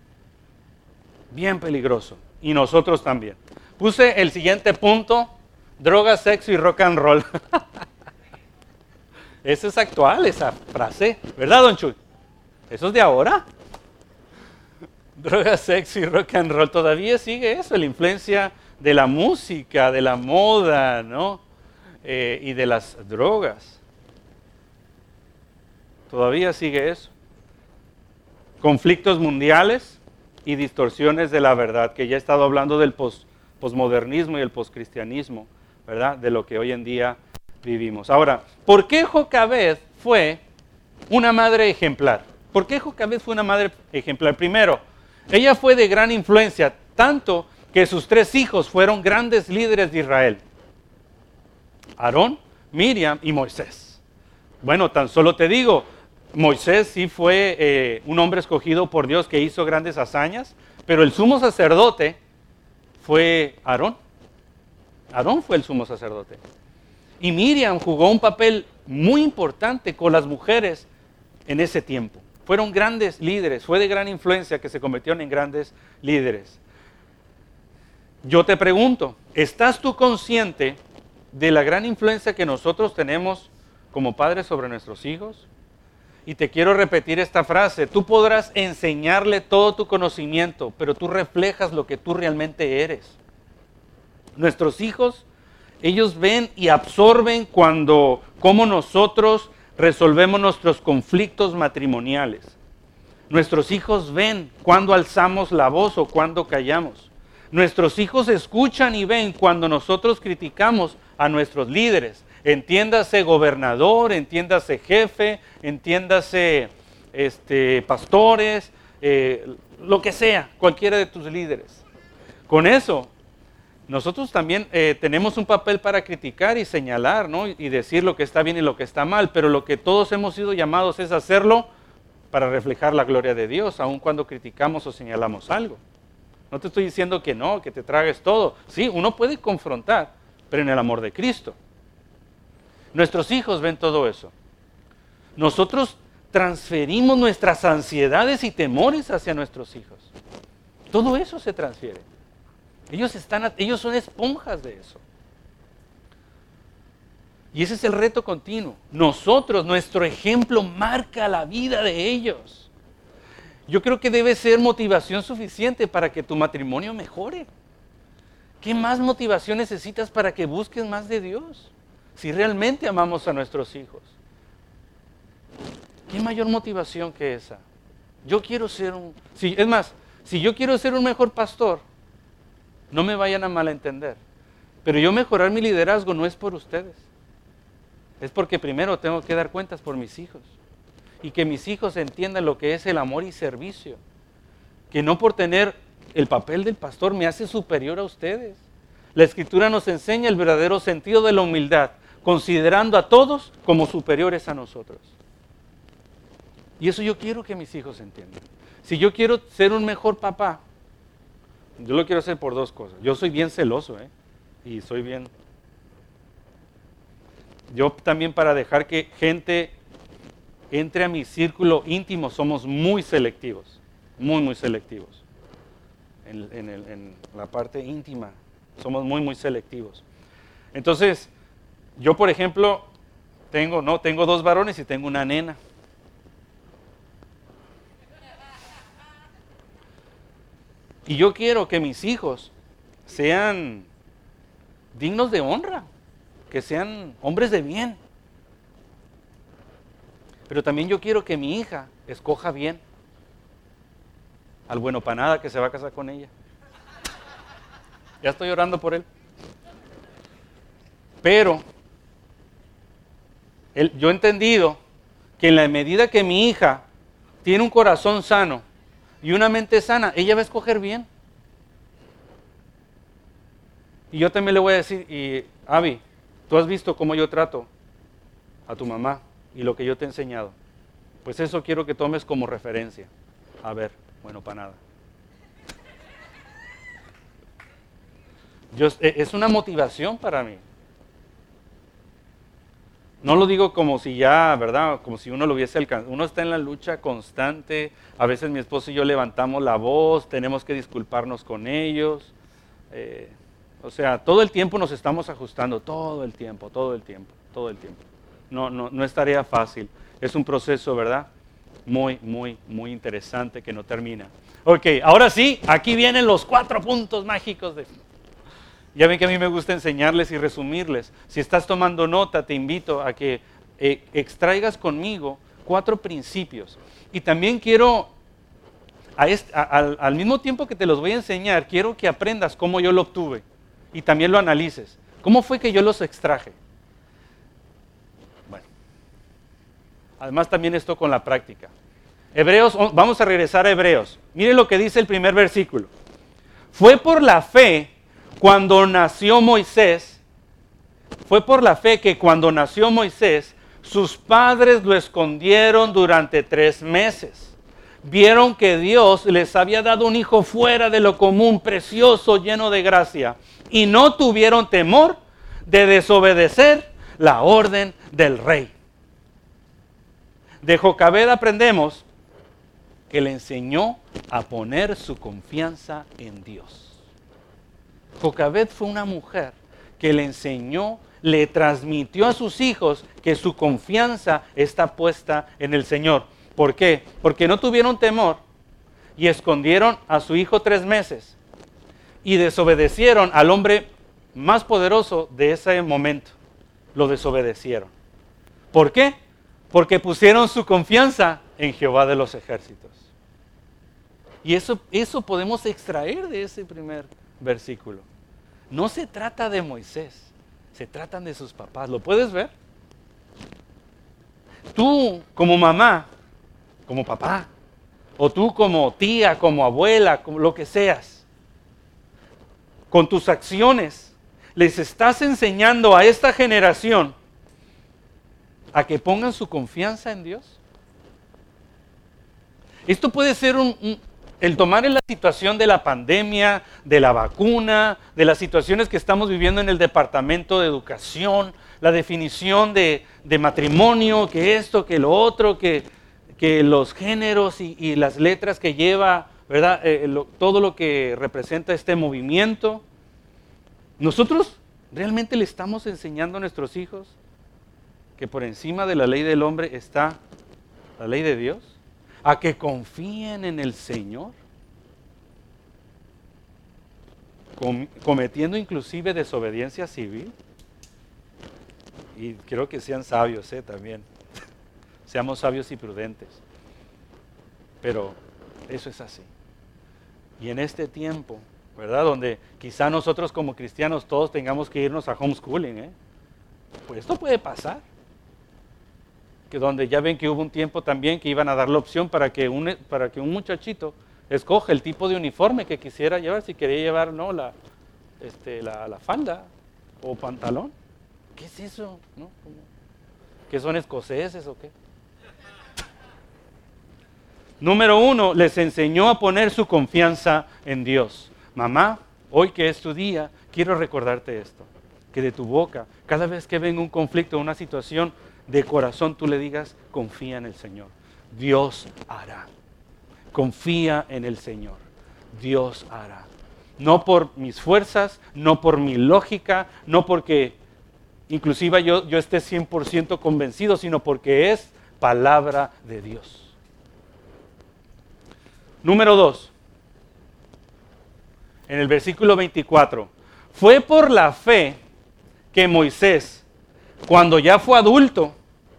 Bien peligroso. Y nosotros también. Puse el siguiente punto Droga, sexo y rock and roll. Eso es actual, esa frase, ¿verdad, don Chuy? ¿Eso es de ahora? Droga, sexo y rock and roll. Todavía sigue eso, la influencia de la música, de la moda, ¿no? Y de las drogas. Todavía sigue eso. Conflictos mundiales y distorsiones de la verdad, que ya he estado hablando del posmodernismo y el poscristianismo, ¿verdad? De lo que hoy en día vivimos. Ahora, ¿por qué Jocabed fue una madre ejemplar? ¿Por qué Jocabed fue una madre ejemplar? Primero, ella fue de gran influencia, tanto que sus 3 hijos fueron grandes líderes de Israel: Aarón, Miriam y Moisés. Bueno, tan solo te digo, Moisés sí fue un hombre escogido por Dios que hizo grandes hazañas, pero el sumo sacerdote fue Aarón. Aarón fue el sumo sacerdote. Y Miriam jugó un papel muy importante con las mujeres en ese tiempo. Fueron grandes líderes, fue de gran influencia que se convirtieron en grandes líderes. Yo te pregunto, ¿estás tú consciente de la gran influencia que nosotros tenemos como padres sobre nuestros hijos? Y te quiero repetir esta frase: tú podrás enseñarle todo tu conocimiento, pero tú reflejas lo que tú realmente eres. Nuestros hijos, ellos ven y absorben cómo nosotros resolvemos nuestros conflictos matrimoniales. Nuestros hijos ven cuando alzamos la voz o cuando callamos. Nuestros hijos escuchan y ven cuando nosotros criticamos a nuestros líderes. Entiéndase gobernador, entiéndase jefe, entiéndase pastores, lo que sea, cualquiera de tus líderes. Con eso, nosotros también tenemos un papel para criticar y señalar, ¿no? Y decir lo que está bien y lo que está mal, pero lo que todos hemos sido llamados es hacerlo para reflejar la gloria de Dios, aun cuando criticamos o señalamos algo. No te estoy diciendo que no, que te tragues todo. Sí, uno puede confrontar, pero en el amor de Cristo. Nuestros hijos ven todo eso. Nosotros transferimos nuestras ansiedades y temores hacia nuestros hijos. Todo eso se transfiere. Ellos son esponjas de eso. Y ese es el reto continuo. Nuestro ejemplo marca la vida de ellos. Yo creo que debe ser motivación suficiente para que tu matrimonio mejore. ¿Qué más motivación necesitas para que busques más de Dios? Si realmente amamos a nuestros hijos. ¿Qué mayor motivación que esa? Yo quiero ser si yo quiero ser un mejor pastor, no me vayan a malentender, pero yo mejorar mi liderazgo no es por ustedes. Es porque primero tengo que dar cuentas por mis hijos. Y que mis hijos entiendan lo que es el amor y servicio. Que no por tener el papel del pastor me hace superior a ustedes. La Escritura nos enseña el verdadero sentido de la humildad, considerando a todos como superiores a nosotros. Y eso yo quiero que mis hijos entiendan. Si yo quiero ser un mejor papá, yo lo quiero hacer por 2 cosas. Yo soy bien celoso, y soy bien... Yo también, para dejar que gente entre a mi círculo íntimo, somos muy selectivos, muy selectivos. En la parte íntima somos muy selectivos. Entonces, yo por ejemplo, tengo 2 varones y tengo una nena. Y yo quiero que mis hijos sean dignos de honra, que sean hombres de bien. Pero también yo quiero que mi hija escoja bien al bueno para nada que se va a casar con ella. Ya estoy orando por él. Pero yo he entendido que en la medida que mi hija tiene un corazón sano y una mente sana, ella va a escoger bien. Y yo también le voy a decir, Abby, tú has visto cómo yo trato a tu mamá y lo que yo te he enseñado. Pues eso quiero que tomes como referencia. A ver, bueno, para nada. Es una motivación para mí. No lo digo como si ya, ¿verdad? Como si uno lo hubiese alcanzado. Uno está en la lucha constante. A veces mi esposo y yo levantamos la voz, tenemos que disculparnos con ellos. O sea, todo el tiempo nos estamos ajustando, todo el tiempo. No es tarea fácil. Es un proceso, ¿verdad? Muy interesante que no termina. Ok, ahora sí, aquí vienen los 4 puntos mágicos. Ya ven que a mí me gusta enseñarles y resumirles. Si estás tomando nota, te invito a que extraigas conmigo 4 principios. Y también quiero, al mismo tiempo que te los voy a enseñar, quiero que aprendas cómo yo lo obtuve. Y también lo analices. ¿Cómo fue que yo los extraje? Bueno, además también esto con la práctica. Hebreos, vamos a regresar a Hebreos. Miren lo que dice el primer versículo. Fue por la fe cuando nació Moisés, fue por la fe que cuando nació Moisés, sus padres lo escondieron durante 3 meses. Vieron que Dios les había dado un hijo fuera de lo común, precioso, lleno de gracia, y no tuvieron temor de desobedecer la orden del rey. De Jocabed aprendemos que le enseñó a poner su confianza en Dios. Jocabed fue una mujer que le enseñó, le transmitió a sus hijos que su confianza está puesta en el Señor. ¿Por qué? Porque no tuvieron temor y escondieron a su hijo 3 meses y desobedecieron al hombre más poderoso de ese momento. Lo desobedecieron. ¿Por qué? Porque pusieron su confianza en Jehová de los ejércitos. Y eso podemos extraer de ese primer versículo. No se trata de Moisés, se tratan de sus papás. ¿Lo puedes ver? Tú como mamá, como papá, o tú como tía, como abuela, como lo que seas, con tus acciones les estás enseñando a esta generación a que pongan su confianza en Dios. Esto puede ser el tomar en la situación de la pandemia, de la vacuna, de las situaciones que estamos viviendo en el Departamento de Educación, la definición de matrimonio, que esto, que lo otro, que los géneros y las letras que lleva, ¿verdad? Todo lo que representa este movimiento. Nosotros realmente le estamos enseñando a nuestros hijos que por encima de la ley del hombre está la ley de Dios, a que confíen en el Señor, cometiendo inclusive desobediencia civil. Y quiero que sean sabios también. Seamos sabios y prudentes. Pero eso es así. Y en este tiempo, ¿verdad? Donde quizá nosotros como cristianos todos tengamos que irnos a homeschooling, pues esto puede pasar. Que donde ya ven que hubo un tiempo también que iban a dar la opción para que un muchachito escoja el tipo de uniforme que quisiera llevar, si quería llevar la falda o pantalón. ¿Qué es eso? ¿No? ¿Qué son escoceses o qué? Número 1, les enseñó a poner su confianza en Dios. Mamá, hoy que es tu día, quiero recordarte esto, que de tu boca, cada vez que venga un conflicto, una situación, de corazón tú le digas, confía en el Señor. Dios hará. Confía en el Señor. Dios hará. No por mis fuerzas, no por mi lógica, no porque inclusive yo esté 100% convencido, sino porque es palabra de Dios. Número 2. En el versículo 24. Fue por la fe que Moisés, cuando ya fue adulto,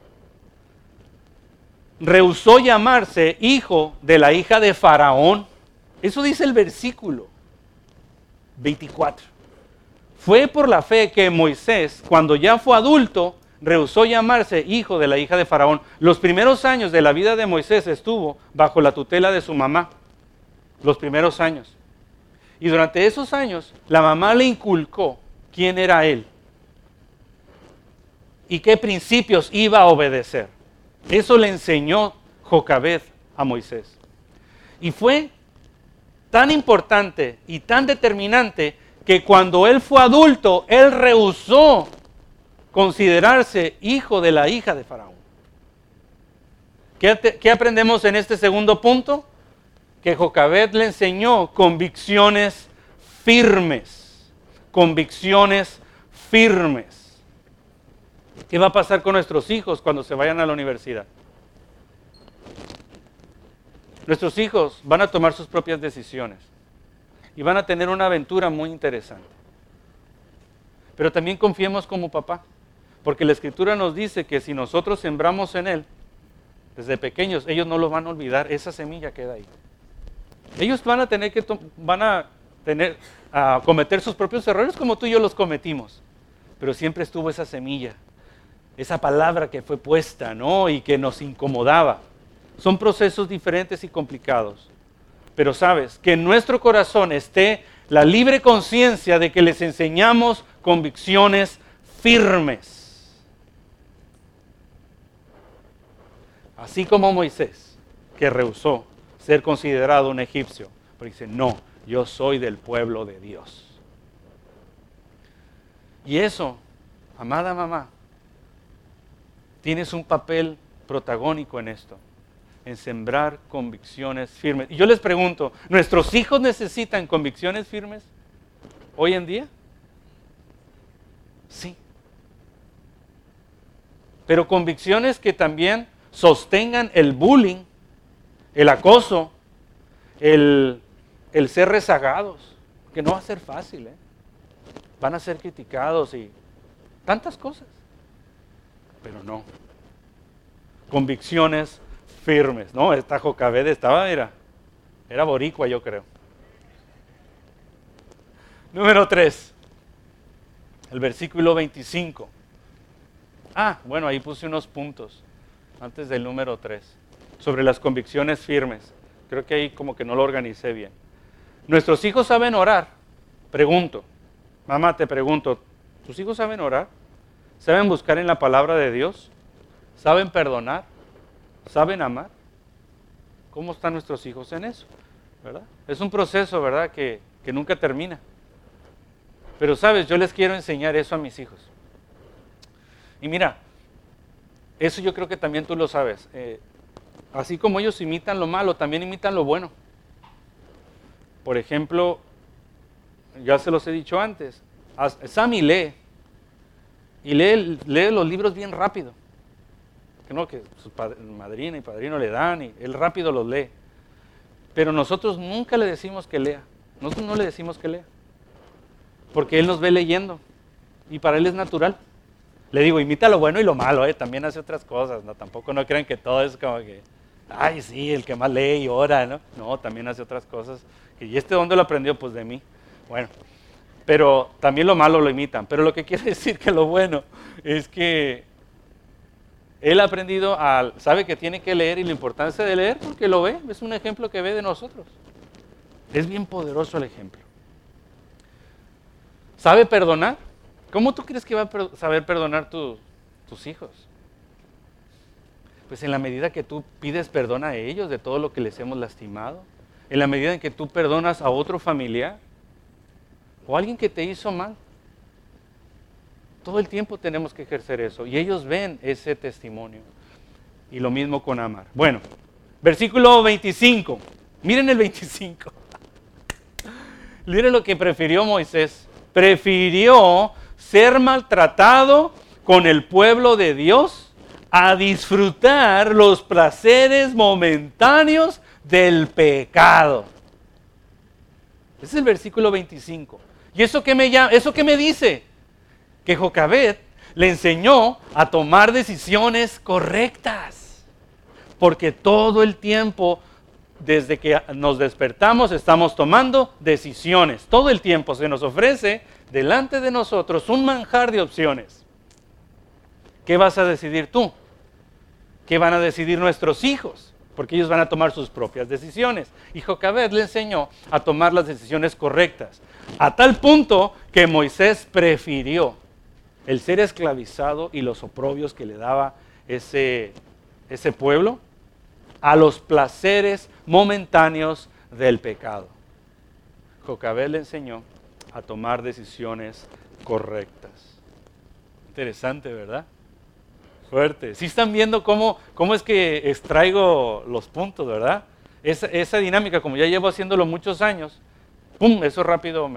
rehusó llamarse hijo de la hija de Faraón. Eso dice el versículo 24. Fue por la fe que Moisés, cuando ya fue adulto, rehusó llamarse hijo de la hija de Faraón. Los primeros años de la vida de Moisés estuvo bajo la tutela de su mamá. Los primeros años. Y durante esos años, la mamá le inculcó quién era él y qué principios iba a obedecer. Eso le enseñó Jocabed a Moisés. Y fue tan importante y tan determinante que cuando él fue adulto, él rehusó considerarse hijo de la hija de Faraón. ¿Qué aprendemos en este segundo punto? Que Jocabed le enseñó convicciones firmes. convicciones firmes. ¿Qué va a pasar con nuestros hijos cuando se vayan a la universidad? Nuestros hijos van a tomar sus propias decisiones y van a tener una aventura muy interesante. Pero también confiemos como papá, porque la Escritura nos dice que si nosotros sembramos en él, desde pequeños, ellos no lo van a olvidar, esa semilla queda ahí. Ellos van a tener a cometer sus propios errores como tú y yo los cometimos, pero siempre estuvo esa semilla, esa palabra que fue puesta, ¿no? Y que nos incomodaba. Son procesos diferentes y complicados, pero sabes, que en nuestro corazón esté la libre conciencia de que les enseñamos convicciones firmes. Así como Moisés, que rehusó ser considerado un egipcio, pero dice, no, yo soy del pueblo de Dios. Y eso, amada mamá, tienes un papel protagónico en esto, en sembrar convicciones firmes. Y yo les pregunto, ¿nuestros hijos necesitan convicciones firmes hoy en día? Sí. Pero convicciones que también sostengan el bullying, el acoso, el ser rezagados, que no va a ser fácil, van a ser criticados y tantas cosas, pero no. Convicciones firmes, ¿no? Esta Jocabed era boricua, yo creo. Número 3, el versículo 25. Bueno, ahí puse unos puntos antes del número 3, sobre las convicciones firmes. Creo que ahí como que no lo organicé bien. ¿Nuestros hijos saben orar? Pregunto. Mamá, te pregunto, ¿tus hijos saben orar? ¿Saben buscar en la palabra de Dios? ¿Saben perdonar? ¿Saben amar? ¿Cómo están nuestros hijos en eso? ¿Verdad? Es un proceso, ¿verdad? Que nunca termina. Pero sabes, yo les quiero enseñar eso a mis hijos. Y mira, eso yo creo que también tú lo sabes. Así como ellos imitan lo malo, también imitan lo bueno. Por ejemplo, ya se los he dicho antes, Sammy lee. Y lee los libros bien rápido. Que su madrina y padrino le dan y él rápido los lee. Pero nosotros nunca le decimos que lea. Nosotros no le decimos que lea. Porque él nos ve leyendo. Y para él es natural. Le digo, imita lo bueno y lo malo, también hace otras cosas, ¿no? Tampoco no crean que todo es como que, ay, sí, el que más lee y ora, ¿no? No, también hace otras cosas. ¿Y dónde lo aprendió? Pues de mí. Bueno, pero también lo malo lo imitan. Pero lo que quiere decir que lo bueno es que él ha aprendido, sabe que tiene que leer y la importancia de leer porque lo ve, es un ejemplo que ve de nosotros. Es bien poderoso el ejemplo. ¿Sabe perdonar? ¿Cómo tú crees que va a saber perdonar tus hijos? Pues en la medida que tú pides perdón a ellos de todo lo que les hemos lastimado, en la medida en que tú perdonas a otro familiar o a alguien que te hizo mal. Todo el tiempo tenemos que ejercer eso y ellos ven ese testimonio. Y lo mismo con amar. Bueno, versículo 25. Miren el 25. Miren lo que prefirió Moisés. Prefirió ser maltratado con el pueblo de Dios a disfrutar los placeres momentáneos del pecado. Ese es el versículo 25. ¿Y eso qué me dice? Que Jocabed le enseñó a tomar decisiones correctas. Porque todo el tiempo, desde que nos despertamos, estamos tomando decisiones. Todo el tiempo se nos ofrece delante de nosotros un manjar de opciones. ¿Qué vas a decidir tú? ¿Qué van a decidir nuestros hijos? Porque ellos van a tomar sus propias decisiones. Y Jocabed le enseñó a tomar las decisiones correctas. A tal punto que Moisés prefirió el ser esclavizado y los oprobios que le daba ese pueblo a los placeres momentáneos del pecado. Jocabed le enseñó a tomar decisiones correctas. Interesante, ¿verdad? Fuerte. Sí están viendo cómo es que extraigo los puntos, ¿verdad? Esa dinámica, como ya llevo haciéndolo muchos años, ¡pum!, eso rápido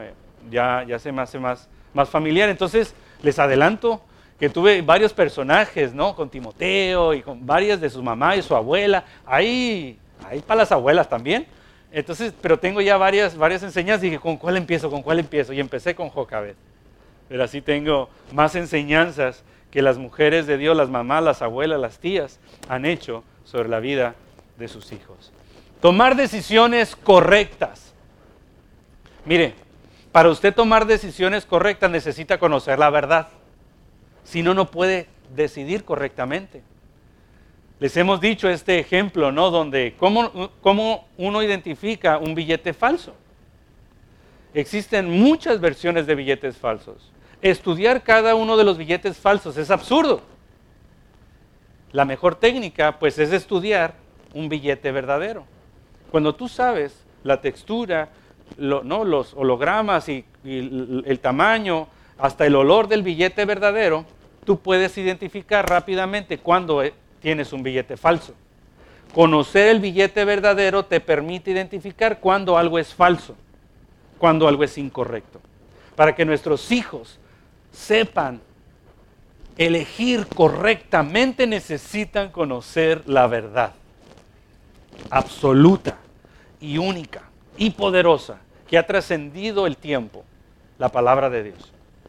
ya se me hace más familiar. Entonces, les adelanto que tuve varios personajes, ¿no? Con Timoteo y con varias de su mamá y su abuela. Ahí para las abuelas también. Entonces, pero tengo ya varias enseñanzas. Dije, ¿con cuál empiezo? Y empecé con Jocabed. Pero así tengo más enseñanzas que las mujeres de Dios, las mamás, las abuelas, las tías, han hecho sobre la vida de sus hijos. Tomar decisiones correctas. Mire, para usted tomar decisiones correctas necesita conocer la verdad. Si no, no puede decidir correctamente. Les hemos dicho este ejemplo, ¿no? Donde cómo uno identifica un billete falso. Existen muchas versiones de billetes falsos. Estudiar cada uno de los billetes falsos es absurdo. La mejor técnica, pues, es estudiar un billete verdadero. Cuando tú sabes la textura, los hologramas y el tamaño, hasta el olor del billete verdadero, tú puedes identificar rápidamente cuando tienes un billete falso. Conocer el billete verdadero te permite identificar cuando algo es falso, cuando algo es incorrecto. Para que nuestros hijos sepan elegir correctamente, necesitan conocer la verdad absoluta y única y poderosa que ha trascendido el tiempo, la palabra de Dios.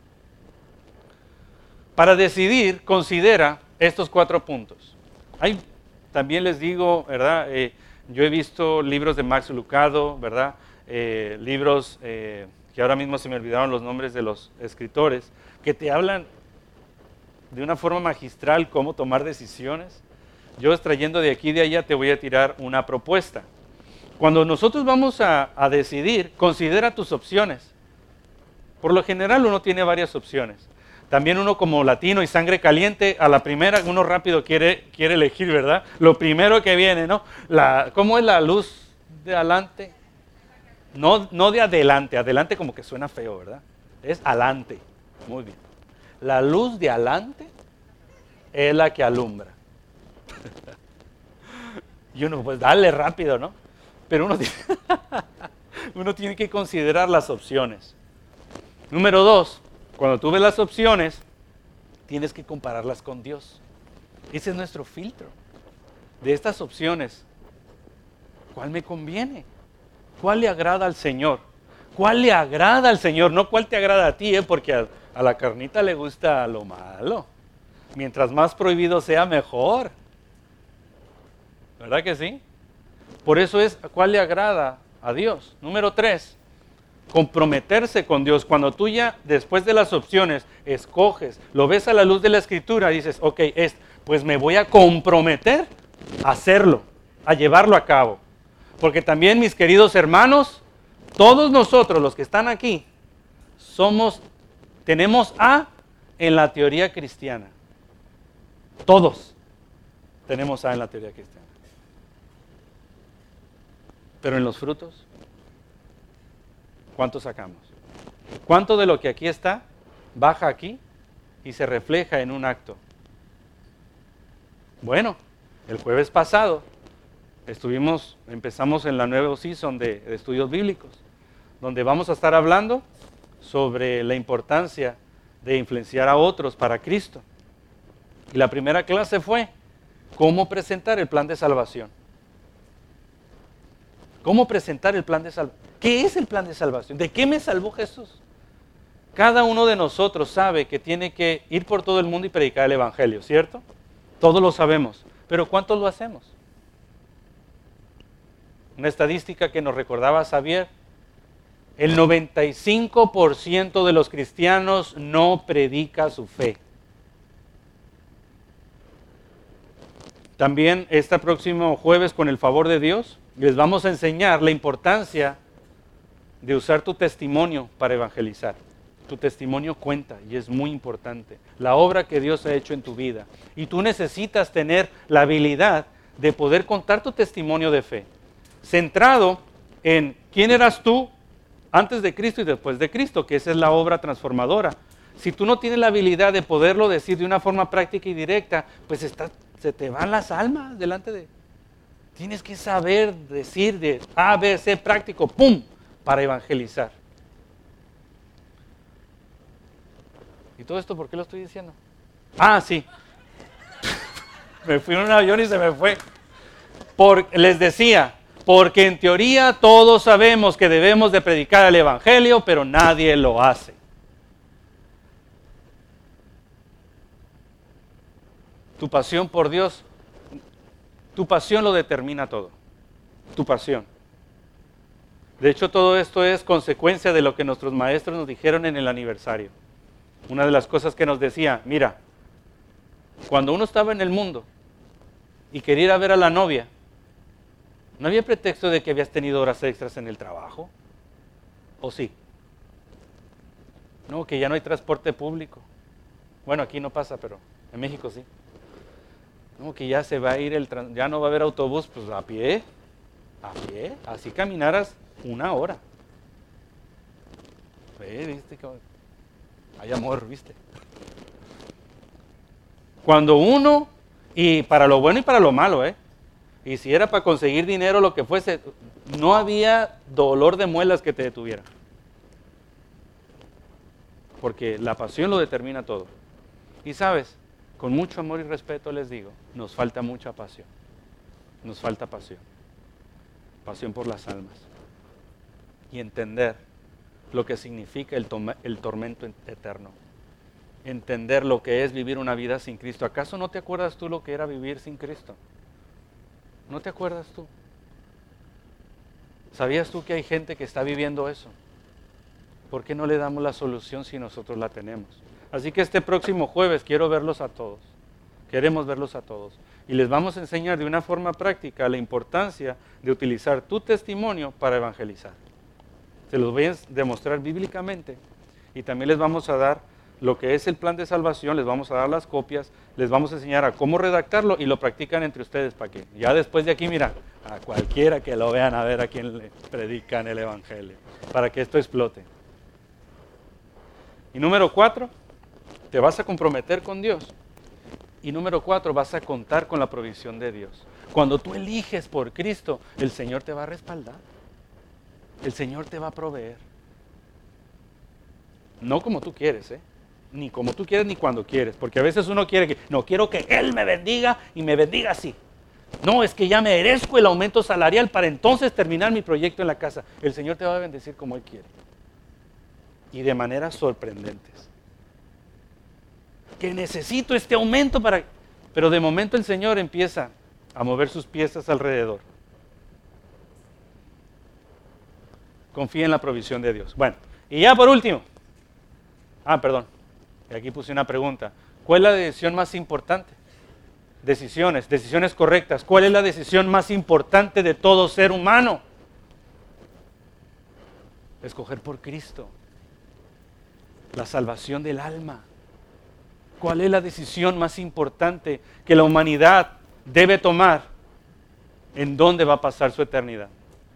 Para decidir, considera estos 4 puntos. También les digo, ¿verdad? Yo he visto libros de Max Lucado, ¿verdad? Libros que ahora mismo se me olvidaron los nombres de los escritores, que te hablan de una forma magistral cómo tomar decisiones. Yo, extrayendo de aquí y de allá, te voy a tirar una propuesta. Cuando nosotros vamos a decidir, considera tus opciones. Por lo general uno tiene varias opciones. También uno, como latino y sangre caliente, a la primera uno rápido quiere elegir, ¿verdad? Lo primero que viene, ¿no? ¿Cómo es la luz de adelante? No de adelante, adelante como que suena feo, ¿verdad? Es alante. Muy bien. La luz de adelante es la que alumbra. Y uno, pues dale rápido, ¿no? Pero uno tiene que considerar las opciones. Número 2, cuando tú ves las opciones, tienes que compararlas con Dios. Ese es nuestro filtro. De estas opciones, ¿cuál me conviene? ¿Cuál le agrada al Señor? ¿Cuál le agrada al Señor? No cuál te agrada a ti, porque a la carnita le gusta lo malo. Mientras más prohibido sea, mejor. ¿Verdad que sí? Por eso es cuál le agrada a Dios. Número 3, comprometerse con Dios. Cuando tú ya, después de las opciones, escoges, lo ves a la luz de la Escritura, dices, ok, pues me voy a comprometer a hacerlo, a llevarlo a cabo. Porque también, mis queridos hermanos, todos nosotros los que están aquí, tenemos A en la teoría cristiana. Todos tenemos A en la teoría cristiana. Pero en los frutos, ¿cuánto sacamos? ¿Cuánto de lo que aquí está baja aquí y se refleja en un acto? Bueno, el jueves pasado empezamos en la nueva season de estudios bíblicos, donde vamos a estar hablando sobre la importancia de influenciar a otros para Cristo. Y la primera clase fue cómo presentar el plan de salvación. ¿Cómo presentar el plan de salvación? ¿Qué es el plan de salvación? ¿De qué me salvó Jesús? Cada uno de nosotros sabe que tiene que ir por todo el mundo y predicar el Evangelio, ¿cierto? Todos lo sabemos, pero ¿cuántos lo hacemos? Una estadística que nos recordaba Xavier: el 95% de los cristianos no predica su fe. También este próximo jueves, con el favor de Dios, les vamos a enseñar la importancia de usar tu testimonio para evangelizar. Tu testimonio cuenta y es muy importante. La obra que Dios ha hecho en tu vida. Y tú necesitas tener la habilidad de poder contar tu testimonio de fe, centrado en quién eras tú antes de Cristo y después de Cristo, que esa es la obra transformadora. Si tú no tienes la habilidad de poderlo decir de una forma práctica y directa, pues se te van las almas delante de... Tienes que saber decir de A, B, C, práctico, ¡pum!, para evangelizar. ¿Y todo esto por qué lo estoy diciendo? Ah, sí. Me fui en un avión y se me fue. Les decía, porque en teoría todos sabemos que debemos de predicar el evangelio, pero nadie lo hace. Tu pasión por Dios, tu pasión lo determina todo. Tu pasión. De hecho, todo esto es consecuencia de lo que nuestros maestros nos dijeron en el aniversario. Una de las cosas que nos decía, mira, cuando uno estaba en el mundo y quería ir a ver a la novia, no había pretexto de que habías tenido horas extras en el trabajo. ¿O sí? No, que ya no hay transporte público. Bueno, aquí no pasa, pero en México sí. No, que ya se va a ir ya no va a haber autobús, pues a pie, así caminaras 1 hora. ¿Viste? Hay amor, ¿viste? Cuando uno, y para lo bueno y para lo malo, y si era para conseguir dinero, lo que fuese, no había dolor de muelas que te detuviera. Porque la pasión lo determina todo. Y sabes, con mucho amor y respeto les digo, nos falta mucha pasión. Nos falta pasión. Pasión por las almas. Y entender lo que significa el tormento eterno. Entender lo que es vivir una vida sin Cristo. ¿Acaso no te acuerdas tú lo que era vivir sin Cristo? ¿No te acuerdas tú? ¿Sabías tú que hay gente que está viviendo eso? ¿Por qué no le damos la solución si nosotros la tenemos? Así que este próximo jueves quiero verlos a todos. Queremos verlos a todos. Y les vamos a enseñar de una forma práctica la importancia de utilizar tu testimonio para evangelizar. Se los voy a demostrar bíblicamente y también les vamos a dar lo que es el plan de salvación, les vamos a dar las copias, les vamos a enseñar a cómo redactarlo y lo practican entre ustedes para que ya después de aquí, mira, a cualquiera que lo vean a ver a quién le predican el evangelio, para que esto explote. Y número 4, te vas a comprometer con Dios. Y número 4, vas a contar con la provisión de Dios. Cuando tú eliges por Cristo, el Señor te va a respaldar. El Señor te va a proveer. No como tú quieres, ni como tú quieres ni cuando quieres. Porque a veces uno quiere que, no, quiero que Él me bendiga y me bendiga así. No, es que ya merezco el aumento salarial para entonces terminar mi proyecto en la casa. El Señor te va a bendecir como Él quiere. Y de maneras sorprendentes. Que necesito este aumento para... Pero de momento el Señor empieza a mover sus piezas alrededor. Confía en la provisión de Dios. Bueno, y ya por último. Perdón. Aquí puse una pregunta. ¿Cuál es la decisión más importante? Decisiones correctas. ¿Cuál es la decisión más importante de todo ser humano? Escoger por Cristo. La salvación del alma. ¿Cuál es la decisión más importante que la humanidad debe tomar? ¿En dónde va a pasar su eternidad?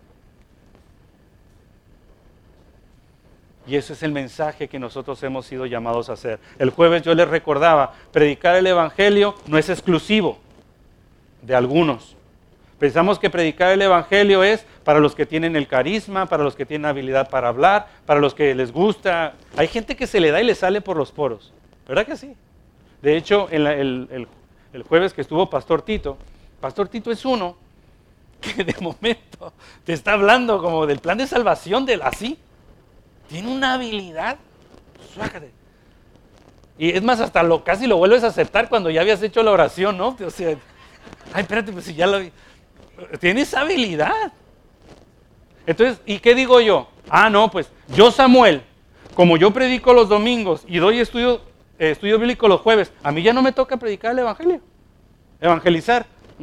Y ese es el mensaje que nosotros hemos sido llamados a hacer. El jueves yo les recordaba, predicar el evangelio no es exclusivo de algunos. Pensamos que predicar el evangelio es para los que tienen el carisma, para los que tienen habilidad para hablar, para los que les gusta. Hay gente que se le da y le sale por los poros. ¿Verdad que sí? De hecho, el jueves que estuvo Pastor Tito es uno que de momento te está hablando como del plan de salvación, así. Tiene una habilidad, suájate. Y es más, hasta casi lo vuelves a aceptar cuando ya habías hecho la oración, ¿no? O sea, espérate, pues si ya lo vi. Tienes habilidad. Entonces, ¿y qué digo yo? No, pues yo Samuel, como yo predico los domingos y doy estudio bíblico los jueves, a mí ya no me toca predicar el evangelio, evangelizar.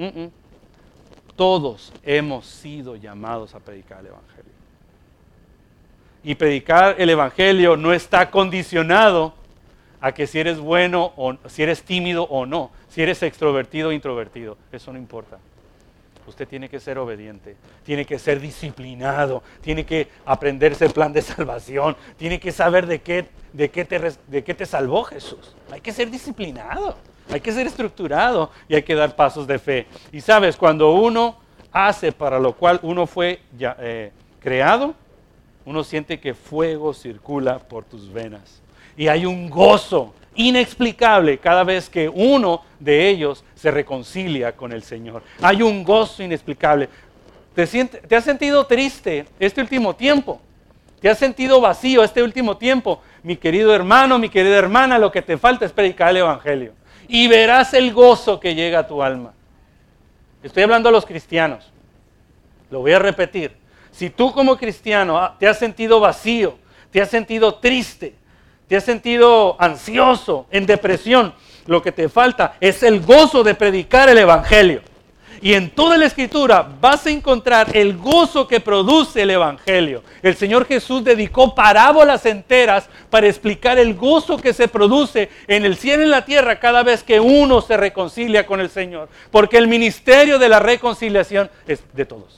Todos hemos sido llamados a predicar el evangelio. Y predicar el evangelio no está condicionado a que si eres bueno o si eres tímido o no, si eres extrovertido o introvertido. Eso no importa. Usted tiene que ser obediente, tiene que ser disciplinado, tiene que aprenderse el plan de salvación, tiene que saber de qué te salvó Jesús. Hay que ser disciplinado, hay que ser estructurado y hay que dar pasos de fe. Y sabes, cuando uno hace para lo cual uno fue creado, uno siente que fuego circula por tus venas. Y hay un gozo inexplicable cada vez que uno de ellos se reconcilia con el Señor. Hay un gozo inexplicable. ¿Te has sentido triste este último tiempo? ¿Te has sentido vacío este último tiempo? Mi querido hermano, mi querida hermana, lo que te falta es predicar el Evangelio. Y verás el gozo que llega a tu alma. Estoy hablando a los cristianos. Lo voy a repetir. Si tú como cristiano te has sentido vacío, te has sentido triste, te has sentido ansioso, en depresión, lo que te falta es el gozo de predicar el Evangelio. Y en toda la Escritura vas a encontrar el gozo que produce el Evangelio. El Señor Jesús dedicó parábolas enteras para explicar el gozo que se produce en el cielo y en la tierra cada vez que uno se reconcilia con el Señor. Porque el ministerio de la reconciliación es de todos.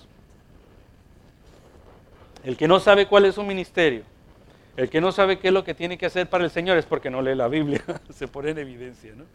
El que no sabe cuál es su ministerio, el que no sabe qué es lo que tiene que hacer para el Señor es porque no lee la Biblia. Se pone en evidencia, ¿no?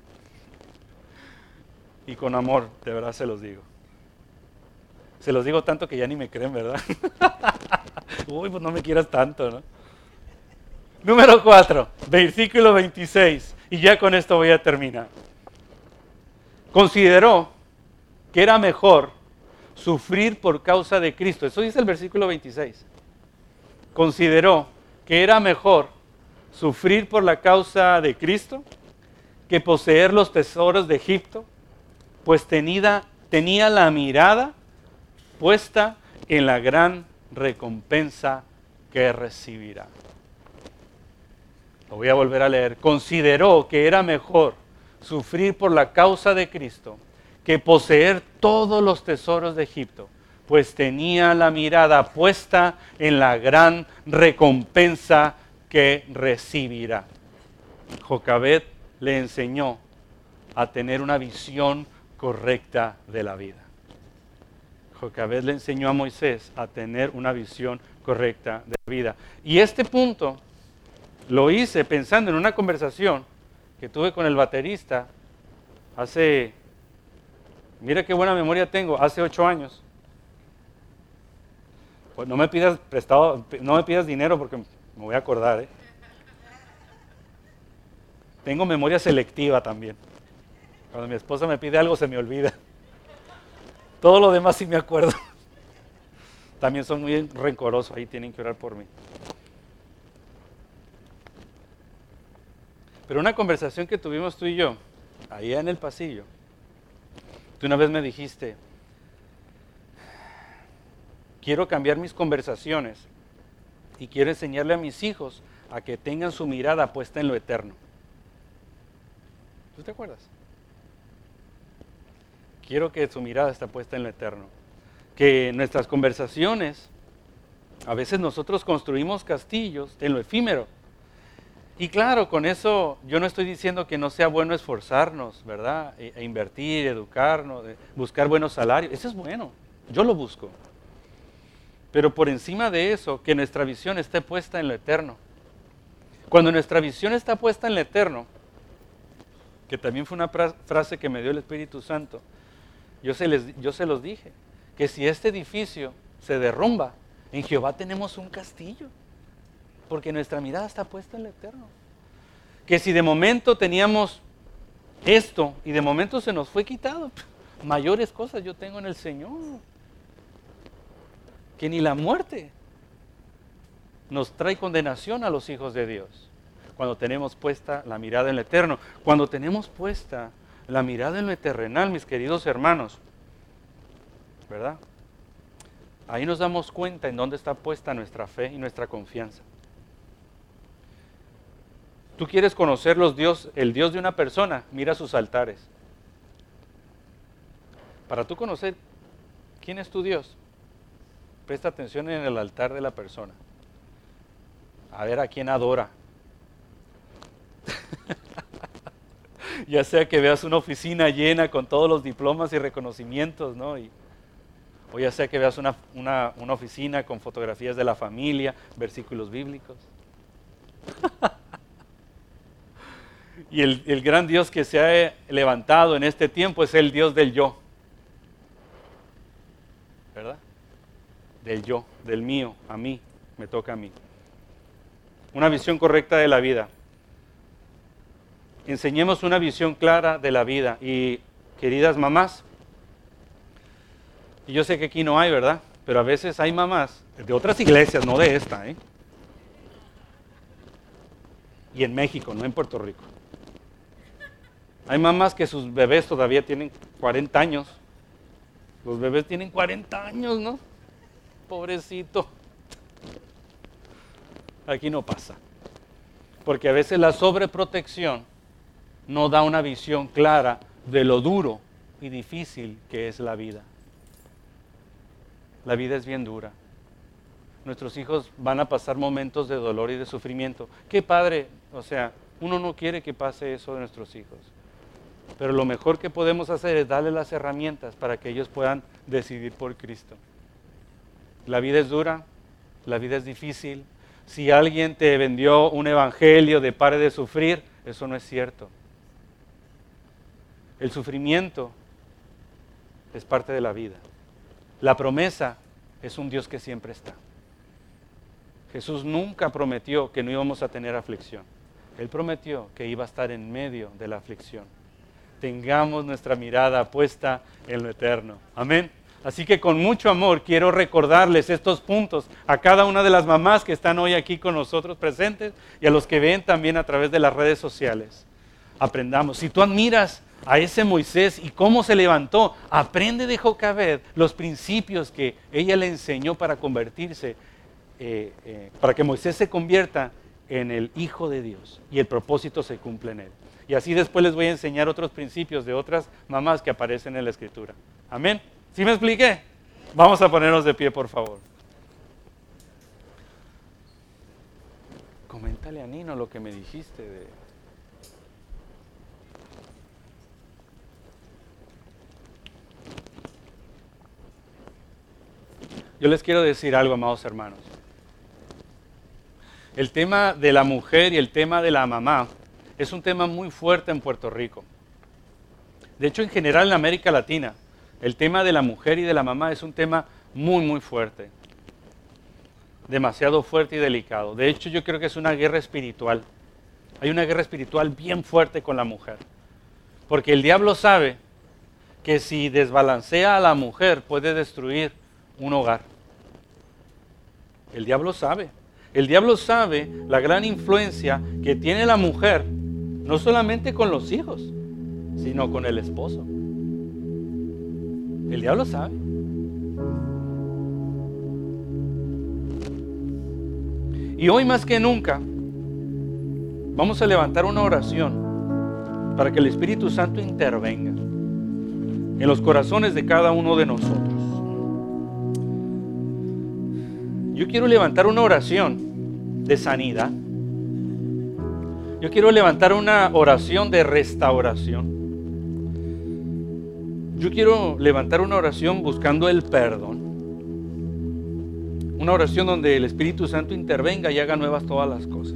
Y con amor, de verdad se los digo. Se los digo tanto que ya ni me creen, ¿verdad? Uy, pues no me quieras tanto, ¿no? Número 4, versículo 26. Y ya con esto voy a terminar. Consideró que era mejor sufrir por causa de Cristo. Eso dice el versículo 26. Consideró que era mejor sufrir por la causa de Cristo que poseer los tesoros de Egipto, pues tenía la mirada puesta en la gran recompensa que recibirá. Lo voy a volver a leer. Consideró que era mejor sufrir por la causa de Cristo que poseer todos los tesoros de Egipto, pues tenía la mirada puesta en la gran recompensa que recibirá. Jocabed le enseñó a tener una visión correcta de la vida. Jocabed le enseñó a Moisés a tener una visión correcta de la vida. Y este punto lo hice pensando en una conversación que tuve con el baterista hace, mira qué buena memoria tengo, hace 8 años. Pues no me pidas prestado, no me pidas dinero porque me voy a acordar, ¿eh? Tengo memoria selectiva también. Cuando mi esposa me pide algo se me olvida. Todo lo demás sí me acuerdo. También son muy rencorosos, ahí tienen que orar por mí. Pero una conversación que tuvimos tú y yo, ahí en el pasillo, tú una vez me dijiste, quiero cambiar mis conversaciones y quiero enseñarle a mis hijos a que tengan su mirada puesta en lo eterno. ¿Tú te acuerdas? Quiero que su mirada esté puesta en lo eterno. Que nuestras conversaciones, a veces nosotros construimos castillos en lo efímero. Y claro, con eso yo no estoy diciendo que no sea bueno esforzarnos, ¿verdad? E invertir, educarnos, buscar buenos salarios. Eso es bueno, yo lo busco. Pero por encima de eso, que nuestra visión esté puesta en lo eterno. Cuando nuestra visión está puesta en lo eterno, que también fue una frase que me dio el Espíritu Santo, yo se los dije, que si este edificio se derrumba, en Jehová tenemos un castillo, porque nuestra mirada está puesta en lo eterno. Que si de momento teníamos esto y de momento se nos fue quitado, mayores cosas yo tengo en el Señor, que ni la muerte nos trae condenación a los hijos de Dios. Cuando tenemos puesta la mirada en lo eterno, cuando tenemos puesta la mirada en lo terrenal, mis queridos hermanos, ¿verdad? Ahí nos damos cuenta en dónde está puesta nuestra fe y nuestra confianza. Tú quieres conocer el Dios de una persona, mira sus altares. Para tú conocer quién es tu Dios, presta atención en el altar de la persona. A ver a quién adora. Ya sea que veas una oficina llena con todos los diplomas y reconocimientos, ¿no? O ya sea que veas una oficina con fotografías de la familia, versículos bíblicos. Y el gran Dios que se ha levantado en este tiempo es el Dios del yo. ¿Verdad? Del yo, del mío, a mí, me toca a mí. Una visión correcta de la vida. enseñemos una visión clara de la vida. Y queridas mamás, y yo sé que aquí no hay, ¿verdad? Pero a veces hay mamás de otras iglesias, no de esta, ¿eh? Y en México, no en Puerto Rico. Hay mamás que sus bebés todavía tienen 40 años. Los bebés tienen 40 años, ¿no? Pobrecito. Aquí no pasa. Porque a veces la sobreprotección no da una visión clara de lo duro y difícil que es la vida. La vida es bien dura. Nuestros hijos van a pasar momentos de dolor y de sufrimiento. Qué padre, o sea, uno no quiere que pase eso de nuestros hijos. Pero lo mejor que podemos hacer es darles las herramientas para que ellos puedan decidir por Cristo. La vida es dura, la vida es difícil. Si alguien te vendió un evangelio de pare de sufrir, eso no es cierto. El sufrimiento es parte de la vida. La promesa es un Dios que siempre está. Jesús nunca prometió que no íbamos a tener aflicción. Él prometió que iba a estar en medio de la aflicción. Tengamos nuestra mirada puesta en lo eterno. Amén. Así que con mucho amor quiero recordarles estos puntos a cada una de las mamás que están hoy aquí con nosotros presentes y a los que ven también a través de las redes sociales. Aprendamos. Si tú admiras a ese Moisés y cómo se levantó, aprende de Jocabed los principios que ella le enseñó para convertirse, para que Moisés se convierta en el Hijo de Dios y el propósito se cumple en él. Y así después les voy a enseñar otros principios de otras mamás que aparecen en la Escritura. Amén. ¿Sí me expliqué? Vamos a ponernos de pie, por favor. Coméntale a Nino lo que me dijiste de... Yo les quiero decir algo, amados hermanos. El tema de la mujer y el tema de la mamá es un tema muy fuerte en Puerto Rico. De hecho, en general en América Latina, el tema de la mujer y de la mamá es un tema muy, muy fuerte. Demasiado fuerte y delicado. De hecho, yo creo que es una guerra espiritual. Hay una guerra espiritual bien fuerte con la mujer. Porque el diablo sabe que si desbalancea a la mujer puede destruir un hogar. El diablo sabe. El diablo sabe la gran influencia que tiene la mujer, no solamente con los hijos, sino con el esposo. El diablo sabe. Y hoy más que nunca, vamos a levantar una oración para que el Espíritu Santo intervenga en los corazones de cada uno de nosotros. Yo quiero levantar una oración de sanidad. Yo quiero levantar una oración de restauración. Yo quiero levantar una oración buscando el perdón. Una oración donde el Espíritu Santo intervenga y haga nuevas todas las cosas.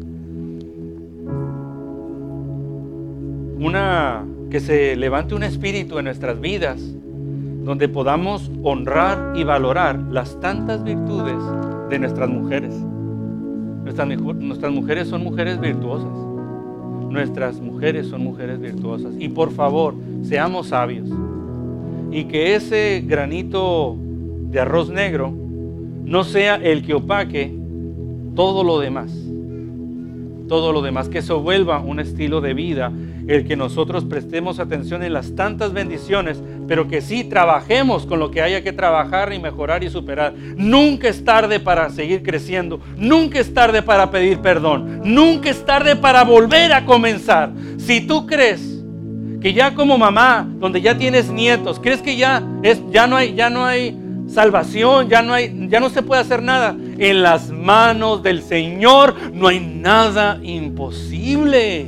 Que se levante un espíritu en nuestras vidas donde podamos honrar y valorar las tantas virtudes de nuestras mujeres. Nuestras mujeres son mujeres virtuosas. Nuestras mujeres son mujeres virtuosas. Y por favor, seamos sabios. Y que ese granito de arroz negro no sea el que opaque todo lo demás. Todo lo demás, que se vuelva un estilo de vida, el que nosotros prestemos atención en las tantas bendiciones, pero que sí trabajemos con lo que haya que trabajar y mejorar y superar. Nunca es tarde para seguir creciendo, nunca es tarde para pedir perdón, nunca es tarde para volver a comenzar. Si tú crees que ya como mamá, donde ya tienes nietos, crees que ya no hay salvación, ya no se puede hacer nada, en las manos del Señor no hay nada imposible.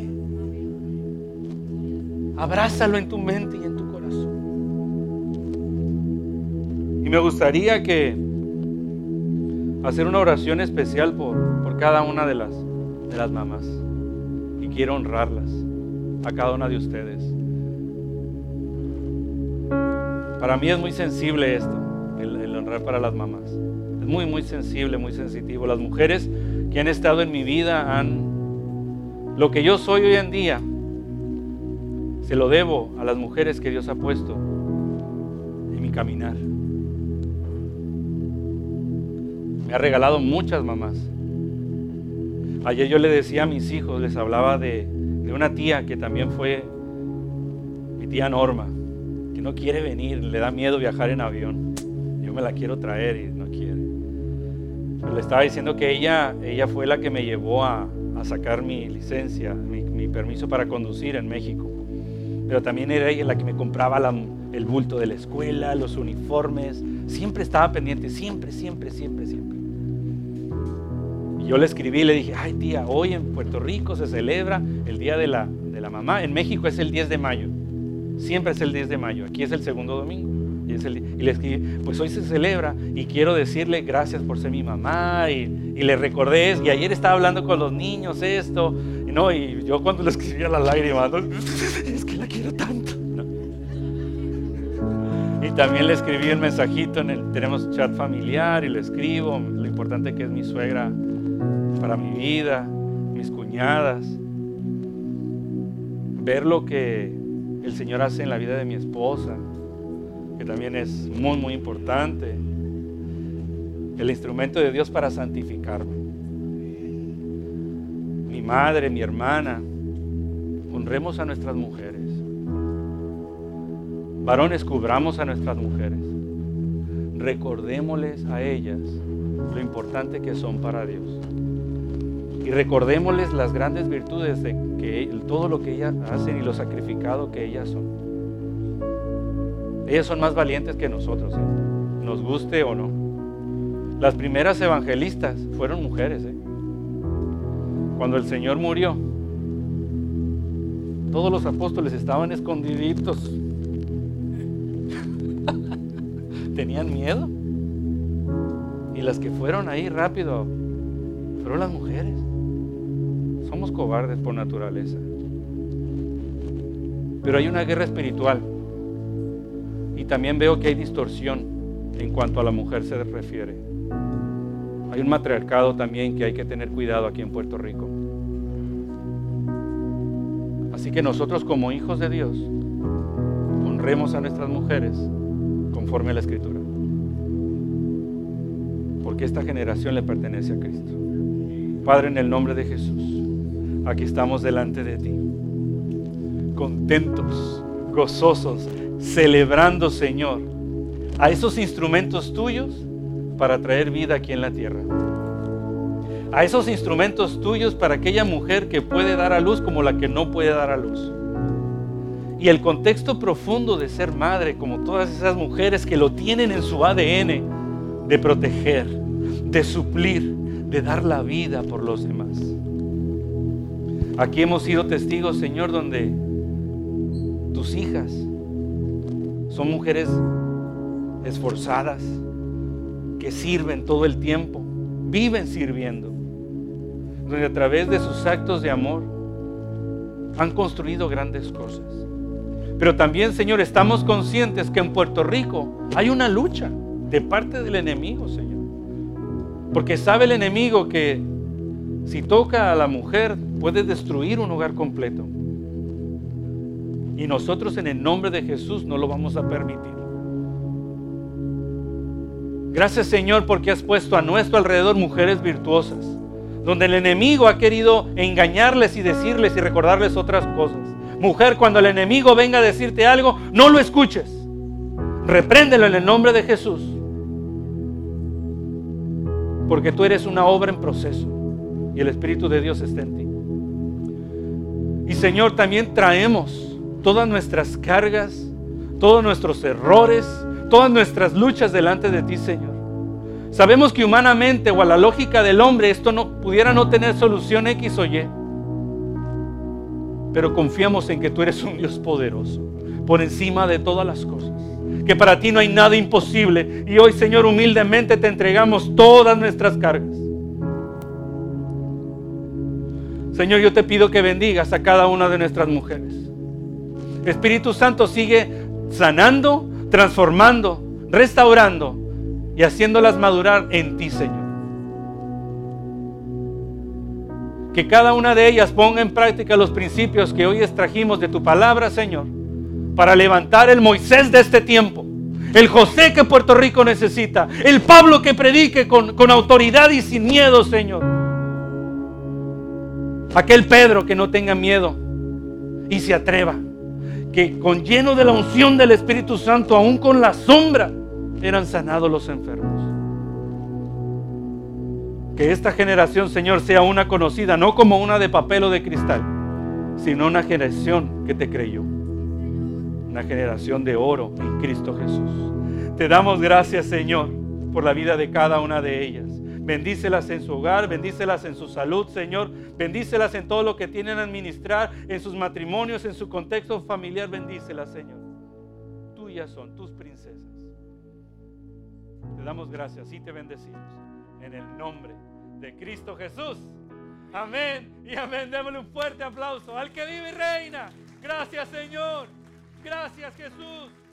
Abrázalo en tu mente y en tu corazón. Y me gustaría hacer una oración especial por cada una de las mamás. Y quiero honrarlas a cada una de ustedes. Para mí es muy sensible esto, el honrar para las mamás. Es muy, muy sensible, muy sensitivo. Las mujeres que han estado en mi vida lo que yo soy hoy en día se lo debo a las mujeres que Dios ha puesto en mi caminar. Me ha regalado muchas mamás. Ayer yo le decía a mis hijos, les hablaba de una tía que también fue mi tía Norma, que no quiere venir, le da miedo viajar en avión. Yo me la quiero traer y no quiere. Pero le estaba diciendo que ella fue la que me llevó a sacar mi licencia, mi permiso para conducir en México. Pero también era ella la que me compraba el bulto de la escuela, los uniformes. Siempre estaba pendiente, siempre. Y yo le escribí y le dije, ay tía, hoy en Puerto Rico se celebra el Día de la Mamá. En México es el 10 de mayo. Siempre es el 10 de mayo. Aquí es el segundo domingo. Y le escribí, pues hoy se celebra y quiero decirle gracias por ser mi mamá. Y le recordé, y ayer estaba hablando con los niños esto. Y yo cuando le escribía las lágrimas, ¿no? Es que la quiero tanto, ¿no? Y también le escribí el mensajito, tenemos chat familiar y le escribo lo importante que es mi suegra para mi vida, mis cuñadas. Ver lo que el Señor hace en la vida de mi esposa, que también es muy, muy importante. El instrumento de Dios para santificarme. Mi madre, mi hermana. Honremos a nuestras mujeres. Varones, cubramos a nuestras mujeres. Recordémosles a ellas lo importante que son para Dios. Y recordémosles las grandes virtudes de todo lo que ellas hacen y lo sacrificado que ellas son. Ellas son más valientes que nosotros, nos guste o no. Las primeras evangelistas fueron mujeres. Cuando el Señor murió, todos los apóstoles estaban escondiditos. Tenían miedo. Y las que fueron ahí rápido fueron las mujeres. Somos cobardes por naturaleza. Pero hay una guerra espiritual. Y también veo que hay distorsión en cuanto a la mujer se refiere. Hay un matriarcado también que hay que tener cuidado aquí en Puerto Rico. Así que nosotros como hijos de Dios, honremos a nuestras mujeres conforme a la Escritura. Porque esta generación le pertenece a Cristo. Padre, en el nombre de Jesús, aquí estamos delante de ti, contentos, gozosos, celebrando, Señor, a esos instrumentos tuyos para traer vida aquí en la tierra. A esos instrumentos tuyos para aquella mujer que puede dar a luz como la que no puede dar a luz. Y el contexto profundo de ser madre, como todas esas mujeres que lo tienen en su ADN, de proteger, de suplir, de dar la vida por los demás. Aquí hemos sido testigos, Señor, donde tus hijas son mujeres esforzadas, que sirven todo el tiempo, viven sirviendo, donde a través de sus actos de amor han construido grandes cosas. Pero también, Señor, estamos conscientes que en Puerto Rico hay una lucha de parte del enemigo, Señor. Porque sabe el enemigo que si toca a la mujer puede destruir un hogar completo. Y nosotros en el nombre de Jesús no lo vamos a permitir. Gracias, Señor, porque has puesto a nuestro alrededor mujeres virtuosas, donde el enemigo ha querido engañarles y decirles y recordarles otras cosas. Mujer, cuando el enemigo venga a decirte algo, no lo escuches. Repréndelo en el nombre de Jesús. Porque tú eres una obra en proceso y el Espíritu de Dios está en ti. Y, Señor, también traemos todas nuestras cargas, todos nuestros errores, todas nuestras luchas delante de ti, Señor. Sabemos que humanamente o a la lógica del hombre esto no pudiera no tener solución X o Y. Pero confiamos en que tú eres un Dios poderoso, por encima de todas las cosas. Que para ti no hay nada imposible. Y hoy, Señor, humildemente te entregamos todas nuestras cargas. Señor, yo te pido que bendigas a cada una de nuestras mujeres. Espíritu Santo, sigue sanando, transformando, restaurando y haciéndolas madurar en ti, Señor. Que cada una de ellas ponga en práctica los principios que hoy extrajimos de tu palabra, Señor, para levantar el Moisés de este tiempo, el José que Puerto Rico necesita, el Pablo que predique con autoridad y sin miedo, Señor. Aquel Pedro que no tenga miedo y se atreva, que con lleno de la unción del Espíritu Santo, aún con la sombra, eran sanados los enfermos. Que esta generación, Señor, sea una conocida, no como una de papel o de cristal, sino una generación que te creyó. Una generación de oro en Cristo Jesús. Te damos gracias, Señor, por la vida de cada una de ellas. Bendícelas en su hogar, bendícelas en su salud, Señor. Bendícelas en todo lo que tienen a administrar, en sus matrimonios, en su contexto familiar. Bendícelas, Señor. Tuyas son tus princesas. Te damos gracias y te bendecimos. En el nombre de Cristo Jesús. Amén y amén. Démosle un fuerte aplauso al que vive y reina. Gracias, Señor. Gracias, Jesús.